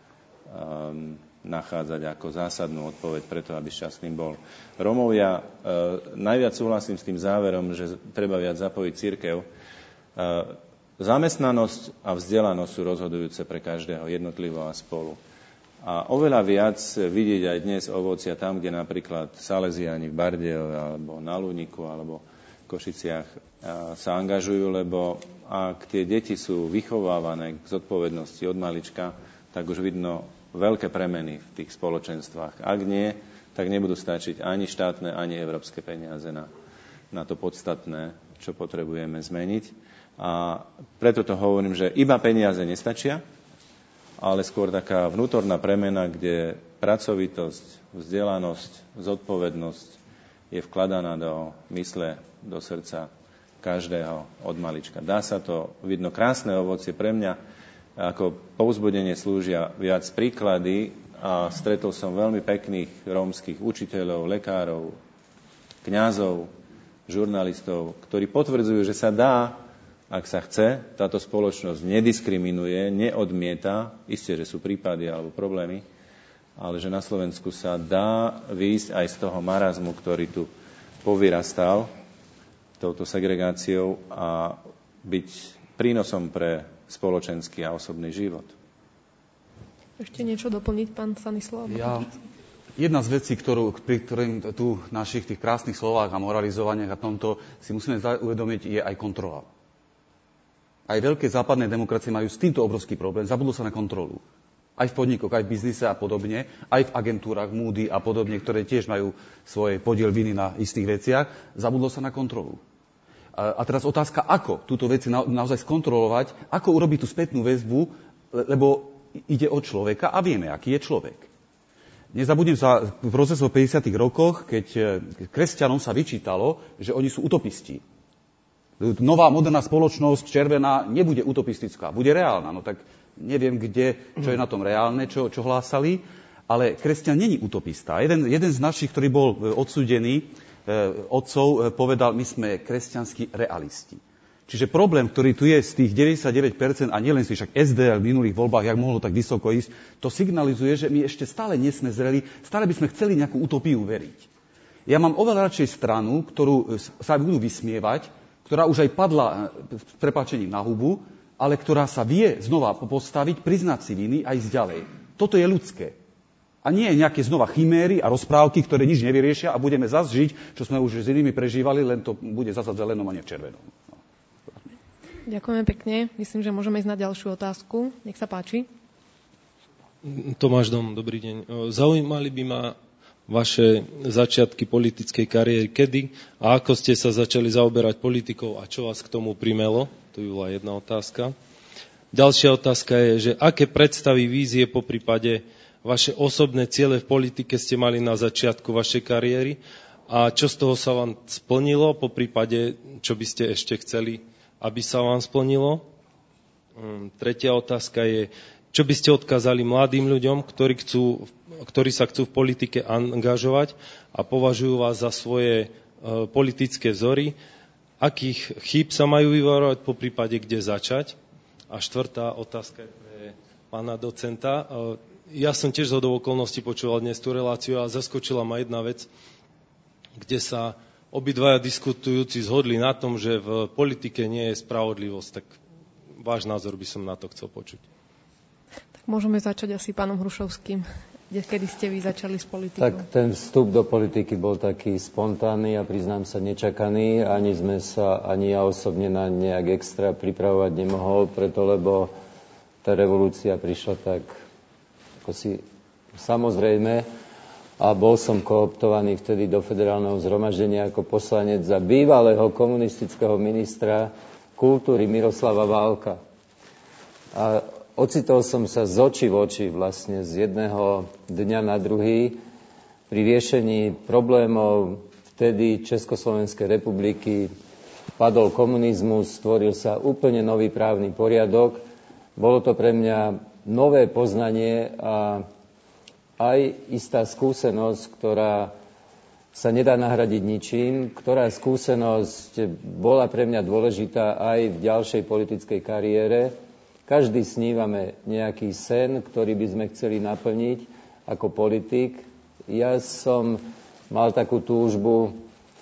C: nachádzať ako zásadnú odpoveď preto, aby šťastným bol. Rómovia, najviac súhlasím s tým záverom, že treba viac zapojiť cirkev. Zamestnanosť a vzdelanosť sú rozhodujúce pre každého jednotlivo a spolu. A oveľa viac vidieť aj dnes ovocia tam, kde napríklad Salesiáni v Bardejove alebo na Lúniku alebo v Košiciach sa angažujú, lebo ak tie deti sú vychovávané k zodpovednosti od malička, tak už vidno veľké premeny v tých spoločenstvách. Ak nie, tak nebudú stačiť ani štátne, ani európske peniaze na to podstatné, čo potrebujeme zmeniť. A preto to hovorím, že iba peniaze nestačia, ale skôr taká vnútorná premena, kde pracovitosť, vzdelanosť, zodpovednosť je vkladaná do mysle, do srdca každého od malička. Dá sa to, vidno krásne ovocie. Pre mňa ako povzbudenie slúžia viac príklady a stretol som veľmi pekných rómskych učiteľov, lekárov, kňazov, žurnalistov, ktorí potvrdzujú, že sa dá, ak sa chce, táto spoločnosť nediskriminuje, neodmieta, isté, že sú prípady alebo problémy, ale že na Slovensku sa dá výjsť aj z toho marazmu, ktorý tu povyrastal touto segregáciou a byť prínosom pre spoločenský a osobný život.
A: Ešte niečo doplniť, pán Stanislav?
B: Jedna z vecí, pri ktorým tu našich tých krásnych slovách a moralizovaniach a tomto si musíme uvedomiť, je aj kontrola. Aj veľké západné demokracie majú s týmto obrovský problém. Zabudlo sa na kontrolu. Aj v podnikoch, aj v biznise a podobne, aj v agentúrach Moody a podobne, ktoré tiež majú svoje podiel viny na istých veciach. Zabudlo sa na kontrolu. A teraz otázka, ako túto veci naozaj skontrolovať, ako urobiť tú spätnú väzbu, lebo ide o človeka a vieme, aký je človek. Nezabudnem sa v procesu 50. rokoch, keď kresťanom sa vyčítalo, že oni sú utopisti. Nová moderná spoločnosť červená nebude utopistická, bude reálna. No tak neviem, čo je na tom reálne, čo hlásali, ale kresťan není utopista. Jeden z našich, ktorý bol odsúdený, otcov, povedal, my sme kresťanskí realisti. Čiže problém, ktorý tu je z tých 99%, a nielen si však SDL v minulých voľbách, jak mohlo tak vysoko ísť, to signalizuje, že my ešte stále nie sme zreli, stále by sme chceli nejakú utopiu veriť. Ja mám oveľa radšej stranu, ktorú sa budú vysmievať, ktorá už aj padla s prepáčením na hubu, ale ktorá sa vie znova postaviť, priznať si viny a ísť ďalej. Toto je ľudské. A nie je nejaké znova chiméry a rozprávky, ktoré nič nevyriešia a budeme zas žiť, čo sme už s inými prežívali, len to bude zasa v zelenom a nie v červenom. No.
A: Ďakujeme pekne. Myslím, že môžeme ísť na ďalšiu otázku. Nech sa páči.
F: Tomáš Dom, dobrý deň. Zaujímali by ma vaše začiatky politickej kariéry, kedy a ako ste sa začali zaoberať politikou a čo vás k tomu primelo? To je bola jedna otázka. Ďalšia otázka je, že aké predstavy, vízie, poprípade vaše osobné ciele v politike ste mali na začiatku vašej kariéry a čo z toho sa vám splnilo, poprípade čo by ste ešte chceli, aby sa vám splnilo? Tretia otázka je, čo by ste odkázali mladým ľuďom, ktorí sa chcú v politike angažovať a považujú vás za svoje politické vzory? Akých chýb sa majú vyvarovať, po prípade, kde začať? A štvrtá otázka je pre pána docenta. Ja som tiež zhodou okolností počúval dnes tú reláciu a zaskočila ma jedna vec, kde sa obidvaja diskutujúci zhodli na tom, že v politike nie je spravodlivosť. Tak váš názor by som na to chcel počuť.
A: Môžeme začať asi pánom Hrušovským. Kedy ste vy začali s politikou?
D: Tak ten vstup do politiky bol taký spontánny a priznám sa nečakaný. Ani ja osobne na nejak extra pripravovať nemohol, preto lebo tá revolúcia prišla tak ako si samozrejme a bol som kooptovaný vtedy do federálneho zhromaždenia ako poslanec za bývalého komunistického ministra kultúry Miroslava Válka. A ocitol som sa z očí v oči vlastne z jedného dňa na druhý pri riešení problémov vtedy Československej republiky. Padol komunizmus, stvoril sa úplne nový právny poriadok. Bolo to pre mňa nové poznanie a aj istá skúsenosť, ktorá sa nedá nahradiť ničím, ktorá skúsenosť bola pre mňa dôležitá aj v ďalšej politickej kariére. Každý snívame nejaký sen, ktorý by sme chceli naplniť ako politik. Ja som mal takú túžbu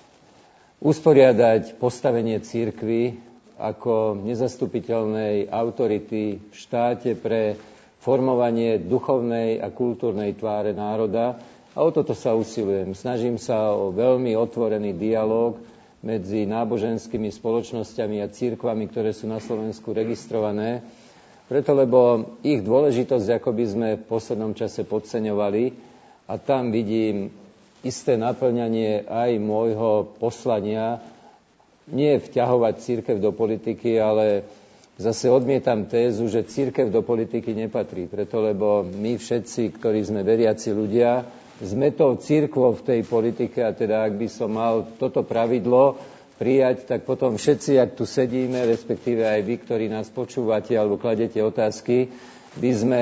D: usporiadať postavenie cirkvi ako nezastupiteľnej autority v štáte pre formovanie duchovnej a kultúrnej tváre národa. A o toto sa usilujem. Snažím sa o veľmi otvorený dialóg medzi náboženskými spoločnosťami a cirkvami, ktoré sú na Slovensku registrované. Preto, lebo ich dôležitosť ako by sme v poslednom čase podceňovali a tam vidím isté naplňanie aj môjho poslania, nie vťahovať cirkev do politiky, ale zase odmietam tézu, že cirkev do politiky nepatrí. Preto, lebo my všetci, ktorí sme veriaci ľudia, sme tou cirkvou v tej politike a teda ak by som mal toto pravidlo prijať, tak potom všetci, ak tu sedíme, respektíve aj vy, ktorí nás počúvate alebo kladete otázky, by sme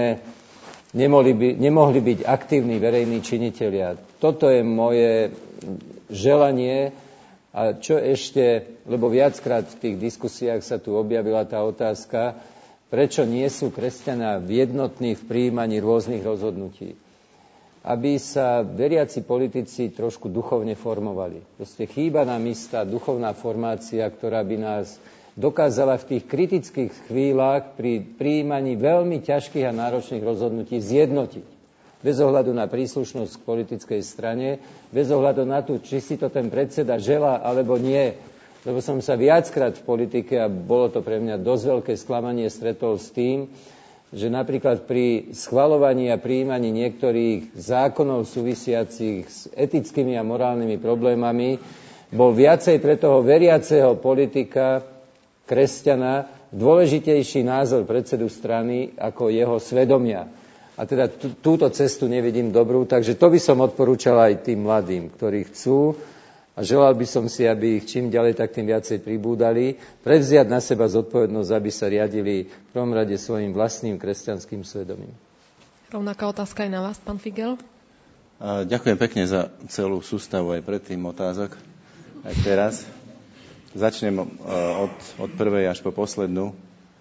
D: nemohli byť aktívni verejní činitelia. Toto je moje želanie a čo ešte, lebo viackrát v tých diskusiách sa tu objavila tá otázka, prečo nie sú kresťania jednotní v prijímaní rôznych rozhodnutí. Aby sa veriaci politici trošku duchovne formovali. Proste chýba nám istá duchovná formácia, ktorá by nás dokázala v tých kritických chvíľach pri prijímaní veľmi ťažkých a náročných rozhodnutí zjednotiť. Bez ohľadu na príslušnosť k politickej strane, bez ohľadu na to, či si to ten predseda želá alebo nie. Lebo som sa viackrát v politike, a bolo to pre mňa dosť veľké sklamanie, stretol s tým, že napríklad pri schvaľovaní a prijímaní niektorých zákonov súvisiacich s etickými a morálnymi problémami bol viacej pre toho veriaceho politika, kresťana, dôležitejší názor predsedu strany ako jeho svedomia. A teda túto cestu nevidím dobrú, takže to by som odporúčal aj tým mladým, ktorí chcú a želal by som si, aby ich čím ďalej, tak tým viacej pribúdali, prevziať na seba zodpovednosť, aby sa riadili v prvom rade svojim vlastným kresťanským svedomím.
A: Rovnaká otázka aj na vás, pán Figel.
C: Ďakujem pekne za celú sústavu aj predtým otázok, aj teraz. Začnem od prvej až po poslednú.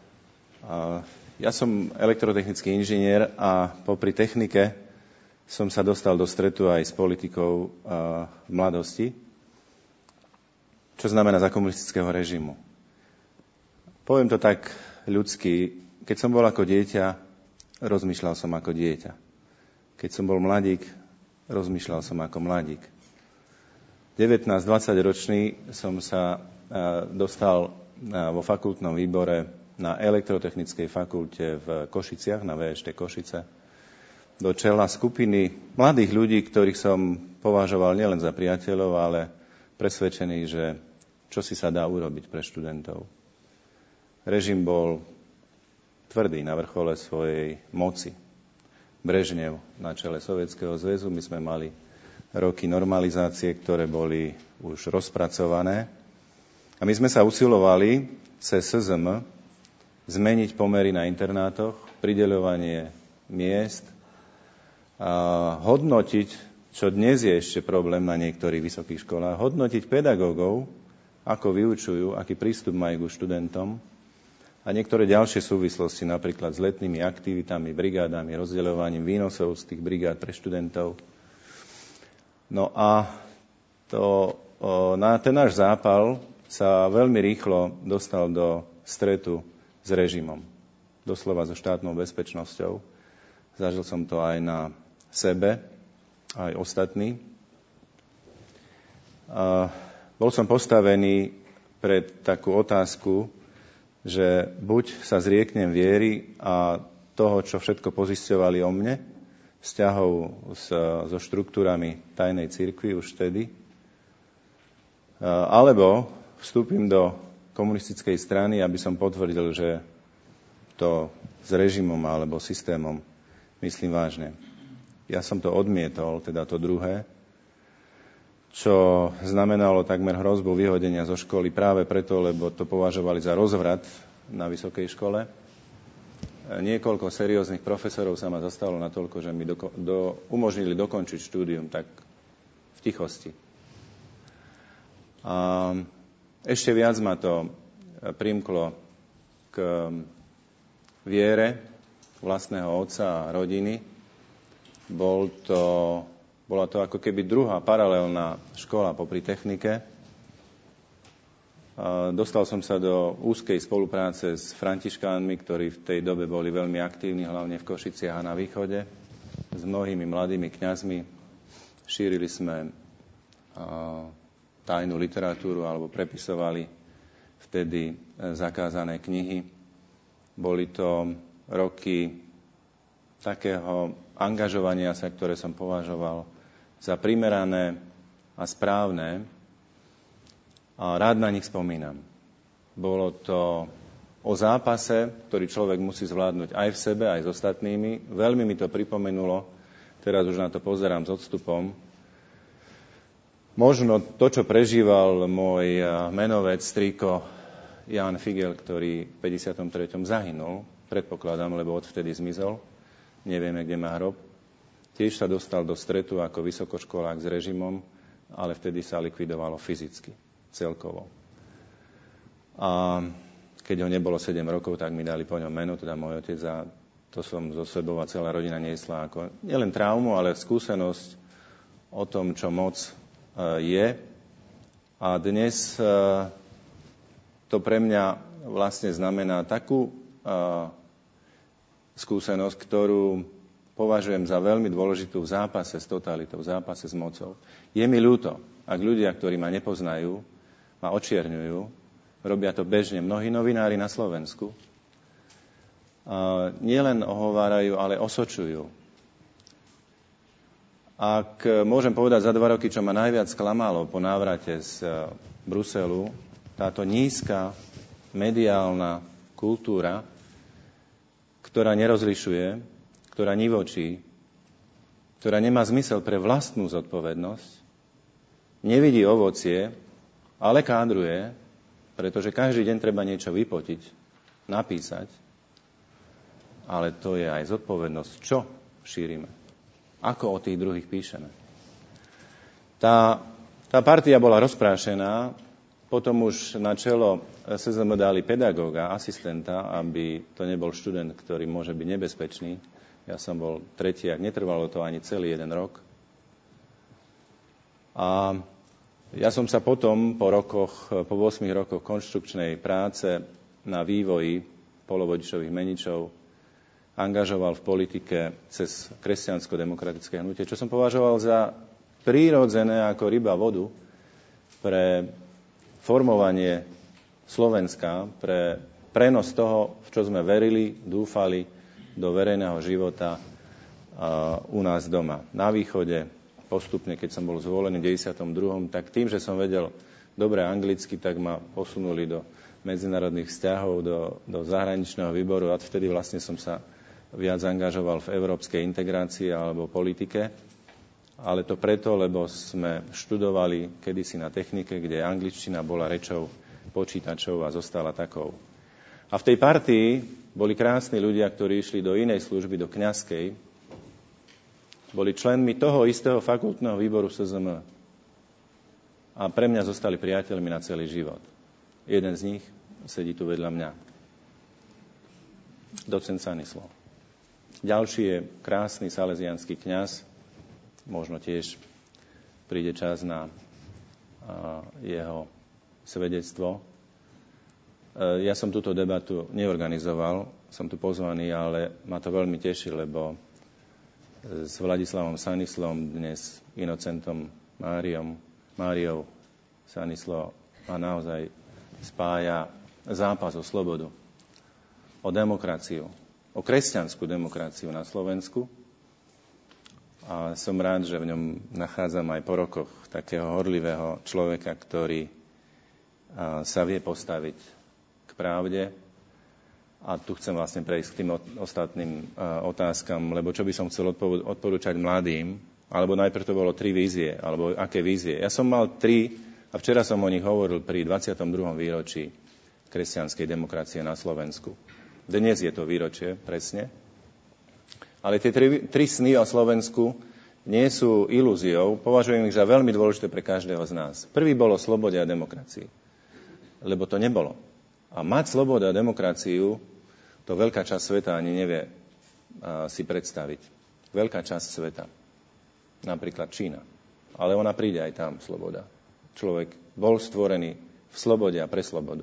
C: Ja som elektrotechnický inžinier a popri technike som sa dostal do stretu aj s politikou v mladosti. Čo znamená za komunistického režimu. Poviem to tak ľudsky, keď som bol ako dieťa, rozmýšľal som ako dieťa. Keď som bol mladík, rozmýšľal som ako mladík. 19-20 ročný som sa dostal vo fakultnom výbore na elektrotechnickej fakulte v Košiciach, na VŠT Košice, do čela skupiny mladých ľudí, ktorých som považoval nielen za priateľov, ale presvedčený, že čo si sa dá urobiť pre študentov. Režim bol tvrdý na vrchole svojej moci. Brežnev na čele Sovietskeho zväzu, my sme mali roky normalizácie, ktoré boli už rozpracované. A my sme sa usilovali cez SZM zmeniť pomery na internátoch, prideľovanie miest, a hodnotiť, čo dnes je ešte problém na niektorých vysokých školách, hodnotiť pedagógov, ako vyučujú, aký prístup majú k študentom a niektoré ďalšie súvislosti, napríklad s letnými aktivitami, brigádami, rozdeľovaním výnosov z tých brigád pre študentov. No a ten náš zápal sa veľmi rýchlo dostal do stretu s režimom, doslova so štátnou bezpečnosťou. Zažil som to aj na sebe, aj ostatní. Bol som postavený pred takú otázku, že buď sa zrieknem viery a toho, čo všetko pozisťovali o mne, vzťahov so štruktúrami tajnej cirkvi už vtedy, alebo vstúpim do komunistickej strany, aby som potvrdil, že to s režimom alebo systémom myslím vážne. Ja som to odmietol, teda to druhé, čo znamenalo takmer hrozbu vyhodenia zo školy práve preto, lebo to považovali za rozvrat na vysokej škole. niekoľko serióznych profesorov sa ma zastalo natoľko, že mi umožnili dokončiť štúdium tak v tichosti. A ešte viac ma to primklo k viere vlastného otca a rodiny. Bola to ako keby druhá paralelná škola popri technike. Dostal som sa do úzkej spolupráce s františkánmi, ktorí v tej dobe boli veľmi aktívni, hlavne v Košiciach a na východe, s mnohými mladými kňazmi. Šírili sme tajnú literatúru alebo prepisovali vtedy zakázané knihy. Boli to roky takého angažovania sa, ktoré som považoval za primerané a správne. A rád na nich spomínam. Bolo to o zápase, ktorý človek musí zvládnuť aj v sebe, aj s ostatnými. Veľmi mi to pripomenulo, teraz už na to pozerám s odstupom, možno to, čo prežíval môj menovec, strýko Ján Figel, ktorý v 53. zahynul, predpokladám, lebo odvtedy zmizol. Nevieme, kde má hrob. Tiež sa dostal do stretu ako vysokoškolák s režimom, ale vtedy sa likvidovalo fyzicky, celkovo. A keď ho nebolo 7 rokov, tak mi dali po ňom meno, teda môj otec, a to som zo sebou a celá rodina niesla ako nielen traumu, ale skúsenosť o tom, čo moc je. A dnes to pre mňa vlastne znamená takú skúsenosť, ktorú považujem za veľmi dôležitú v zápase s totalitou, v zápase s mocou. Je mi ľúto, ak ľudia, ktorí ma nepoznajú, ma očierňujú, robia to bežne mnohí novinári na Slovensku, nielen ohovárajú, ale osočujú. Ak môžem povedať za 2 roky, čo ma najviac sklamalo po návrate z Bruselu, táto nízka mediálna kultúra, ktorá nerozlišuje, ktorá nivočí, ktorá nemá zmysel pre vlastnú zodpovednosť, nevidí ovocie, ale kádruje, pretože každý deň treba niečo vypotiť, napísať, ale to je aj zodpovednosť, čo šírime, ako o tých druhých píšeme. Tá partia bola rozprášená, potom už na čelo SZM dali pedagóga, asistenta, aby to nebol študent, ktorý môže byť nebezpečný. Ja som bol tretiak, netrvalo to ani celý 1 rok. A ja som sa potom, po 8 rokoch konštrukčnej práce na vývoji polovodičových meničov, angažoval v politike cez kresťansko-demokratické hnutie, čo som považoval za prírodzené ako ryba vodu pre formovanie Slovenska, pre prenos toho, v čo sme verili, dúfali, do verejného života u nás doma. Na východe, postupne, keď som bol zvolený v 92., tak tým, že som vedel dobre anglicky, tak ma posunuli do medzinárodných vzťahov, do zahraničného výboru a vtedy vlastne som sa viac angažoval v európskej integrácii alebo politike. Ale to preto, lebo sme študovali kedysi na technike, kde angličtina bola rečou počítačov a zostala takou. A v tej partii boli krásni ľudia, ktorí išli do inej služby, do kňazskej. Boli členmi toho istého fakultného výboru SZM. A pre mňa zostali priateľmi na celý život. Jeden z nich sedí tu vedľa mňa. Docent Sanislav. Ďalší je krásny salesiánsky kňaz. Možno tiež príde čas na jeho svedectvo. Ja som túto debatu neorganizoval, som tu pozvaný, ale ma to veľmi teší, lebo s Vladislavom Sanislom, dnes Inocentom Máriou Sanislav ma naozaj spája zápas o slobodu, o demokraciu, o kresťanskú demokraciu na Slovensku. A som rád, že v ňom nachádzam aj po rokoch takého horlivého človeka, ktorý sa vie postaviť k pravde. A tu chcem vlastne prejsť k tým ostatným otázkam, lebo čo by som chcel odporúčať mladým, alebo najprv to bolo 3 vízie, alebo aké vízie. Ja som mal 3 a včera som o nich hovoril pri 22. výročí kresťanskej demokracie na Slovensku. Dnes je to výročie, presne. Ale tie tri sny o Slovensku nie sú ilúziou, považujem ich za veľmi dôležité pre každého z nás. Prvý bolo slobode a demokracii, lebo to nebolo. A mať slobodu a demokraciu, to veľká časť sveta ani nevie si predstaviť. Veľká časť sveta. Napríklad Čína. Ale ona príde aj tam, sloboda. Človek bol stvorený v slobode a pre slobodu.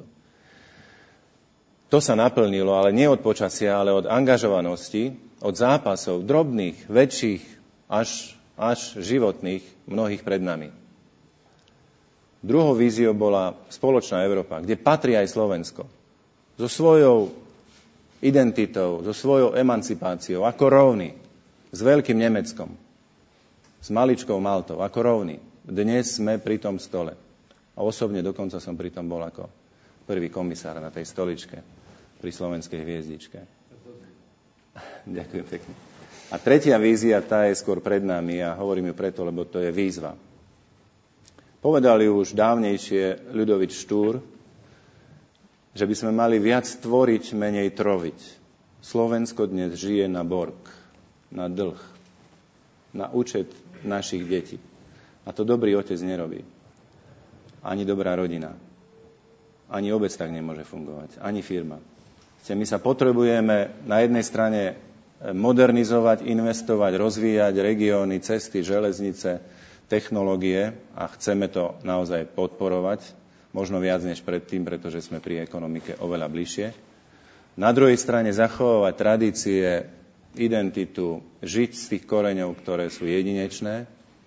C: To sa naplnilo, ale nie od počasia, ale od angažovanosti, od zápasov, drobných, väčších, až životných, mnohých pred nami. Druhou víziou bola spoločná Európa, kde patrí aj Slovensko. So svojou identitou, so svojou emancipáciou, ako rovný, s veľkým Nemeckom, s maličkou Maltou, ako rovný. Dnes sme pri tom stole. A osobne dokonca som pri tom bol ako prvý komisár na tej stoličke pri slovenskej hviezdičke. Ďakujem pekne. A tretia vízia, tá je skôr pred nami a hovorím ju preto, lebo to je výzva. Povedal ju už dávnejšie Ľudovič Štúr, že by sme mali viac tvoriť, menej troviť. Slovensko dnes žije na borg, na dlh, na účet našich detí. A to dobrý otec nerobí. Ani dobrá rodina. Ani obec tak nemôže fungovať. Ani firma. My sa potrebujeme na jednej strane modernizovať, investovať, rozvíjať regióny, cesty, železnice, technológie a chceme to naozaj podporovať, možno viac než predtým, pretože sme pri ekonomike oveľa bližšie. Na druhej strane zachovávať tradície, identitu, žiť z tých koreňov, ktoré sú jedinečné.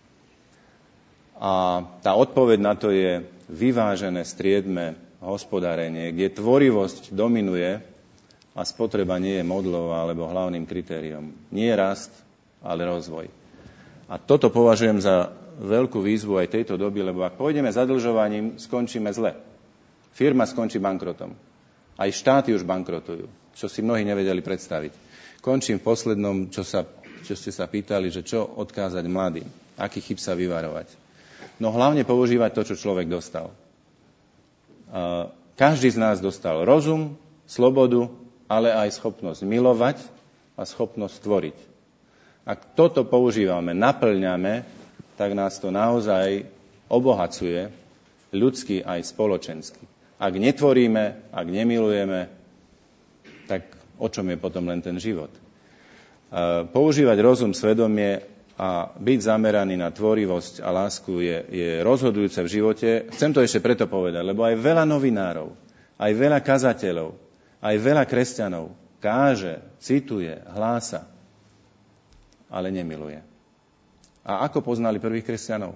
C: A tá odpoveď na to je vyvážené, striedme hospodárenie, kde tvorivosť dominuje a spotreba nie je modlou alebo hlavným kritériom. Nie rast, ale rozvoj. A toto považujem za veľkú výzvu aj tejto doby, lebo ak pôjdeme zadlžovaním, skončíme zle. Firma skončí bankrotom. Aj štáty už bankrotujú, čo si mnohí nevedeli predstaviť. Končím v poslednom, čo ste sa pýtali, že čo odkázať mladým, aký chyb sa vyvarovať. No hlavne používať to, čo človek dostal. Každý z nás dostal rozum, slobodu, ale aj schopnosť milovať a schopnosť tvoriť. Ak toto používame, naplňame, tak nás to naozaj obohacuje ľudsky aj spoločensky. Ak netvoríme, ak nemilujeme, tak o čom je potom len ten život? Používať rozum, svedomie a byť zameraný na tvorivosť a lásku je rozhodujúce v živote. Chcem to ešte preto povedať, lebo aj veľa novinárov, aj veľa kazateľov, aj veľa kresťanov káže, cituje, hlása, ale nemiluje. A ako poznali prvých kresťanov?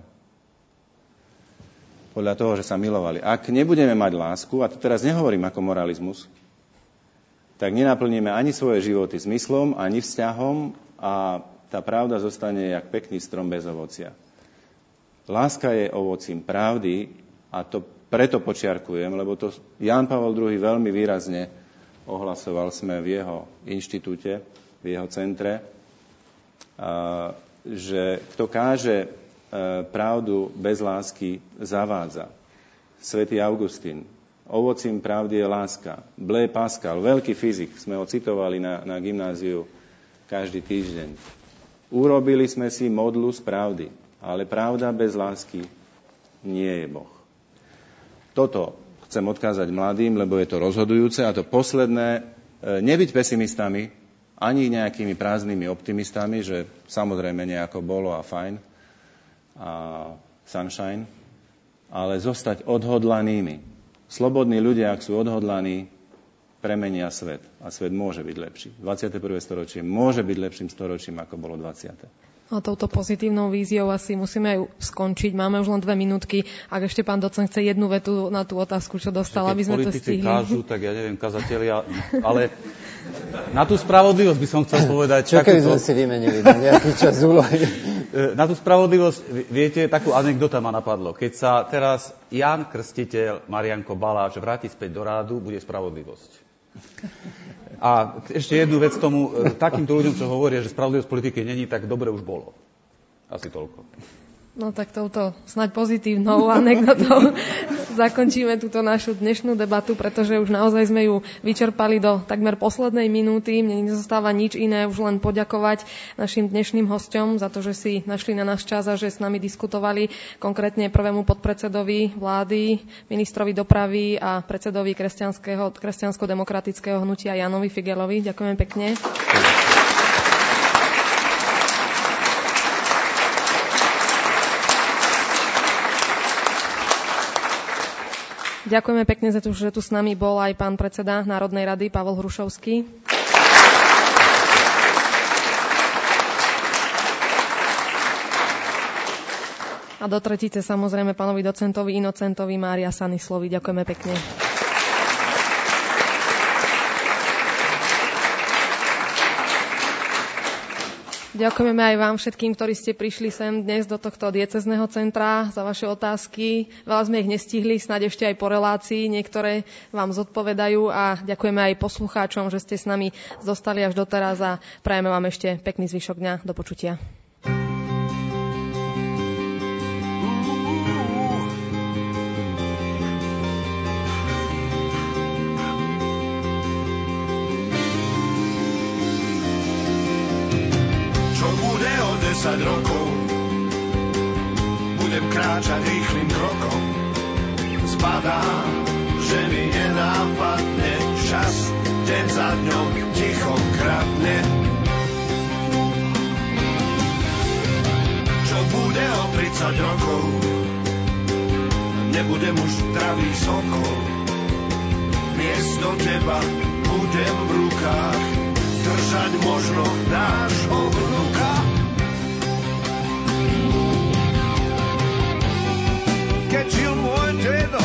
C: Podľa toho, že sa milovali. Ak nebudeme mať lásku, a to teraz nehovorím ako moralizmus, tak nenaplníme ani svoje životy zmyslom, ani vzťahom a tá pravda zostane jak pekný strom bez ovocia. Láska je ovocím pravdy a to preto počiarkujem, lebo to Ján Pavol II veľmi výrazne ohlasoval, sme v jeho inštitúte, v jeho centre, že kto káže pravdu bez lásky, zavádza. Svätý Augustín. Ovocím pravdy je láska. Blaise Pascal, veľký fyzik, sme ho citovali na gymnáziu každý týždeň. Urobili sme si modlu z pravdy, ale pravda bez lásky nie je Boh. Toto chcem odkázať mladým, lebo je to rozhodujúce. A to posledné, nebyť pesimistami, ani nejakými prázdnymi optimistami, že samozrejme nejako bolo a fajn a sunshine, ale zostať odhodlanými. Slobodní ľudia, ak sú odhodlaní, premenia svet. A svet môže byť lepší. 21. storočie môže byť lepším storočím, ako bolo 20.
A: A touto pozitívnou víziou asi musíme aj skončiť. Máme už len 2 minútky. Ak ešte pán docent chce jednu vetu na tú otázku, čo dostal, aby sme to stihli.
B: Keď politici kážu, tak ja neviem, kazatelia, ale na tú spravodlivosť by som chcel povedať...
D: Čo keby sme si vymenili na nejaký čas úlohy?
B: Na tú spravodlivosť, viete, takú anekdota ma napadlo. Keď sa teraz Ján Krstiteľ, Marianko Baláš vráti späť do rádu, bude spravodlivosť. A ešte jednu vec tomu, takýmto ľuďom, čo hovoria, že spravodlivosť politiky není, tak dobre už bolo. Asi toľko.
A: No tak touto snáď pozitívnou anekdotou zakončíme túto našu dnešnú debatu, pretože už naozaj sme ju vyčerpali do takmer poslednej minúty. Mne nezostáva nič iné, už len poďakovať našim dnešným hosťom za to, že si našli na nás čas a že s nami diskutovali, konkrétne prvému podpredsedovi vlády, ministrovi dopravy a predsedovi kresťansko-demokratického hnutia Jánovi Figeľovi. Ďakujem pekne. Ďakujeme pekne za to, že tu s nami bol aj pán predseda Národnej rady Pavol Hrušovský. A do tretice samozrejme pánovi docentovi Inocentovi Mária Sanislovi. Ďakujeme pekne. Ďakujeme aj vám všetkým, ktorí ste prišli sem dnes do tohto diecezného centra za vaše otázky. Veľa sme ich nestihli, snáď ešte aj po relácii. Niektoré vám zodpovedajú a ďakujeme aj poslucháčom, že ste s nami zostali až doteraz a prajeme vám ešte pekný zvyšok dňa. Do počutia.
G: Čo bude o 10 rokov? Budem kráčať rýchlym krokom. Zbadá, že mi nenápadne čas, deň za dňom ticho kradne. Čo bude o 30 rokov? Nebudem už zdravý sokol. Miesto teba budem v rukách držať možno nášho vnuka. Keď žil môj dedo,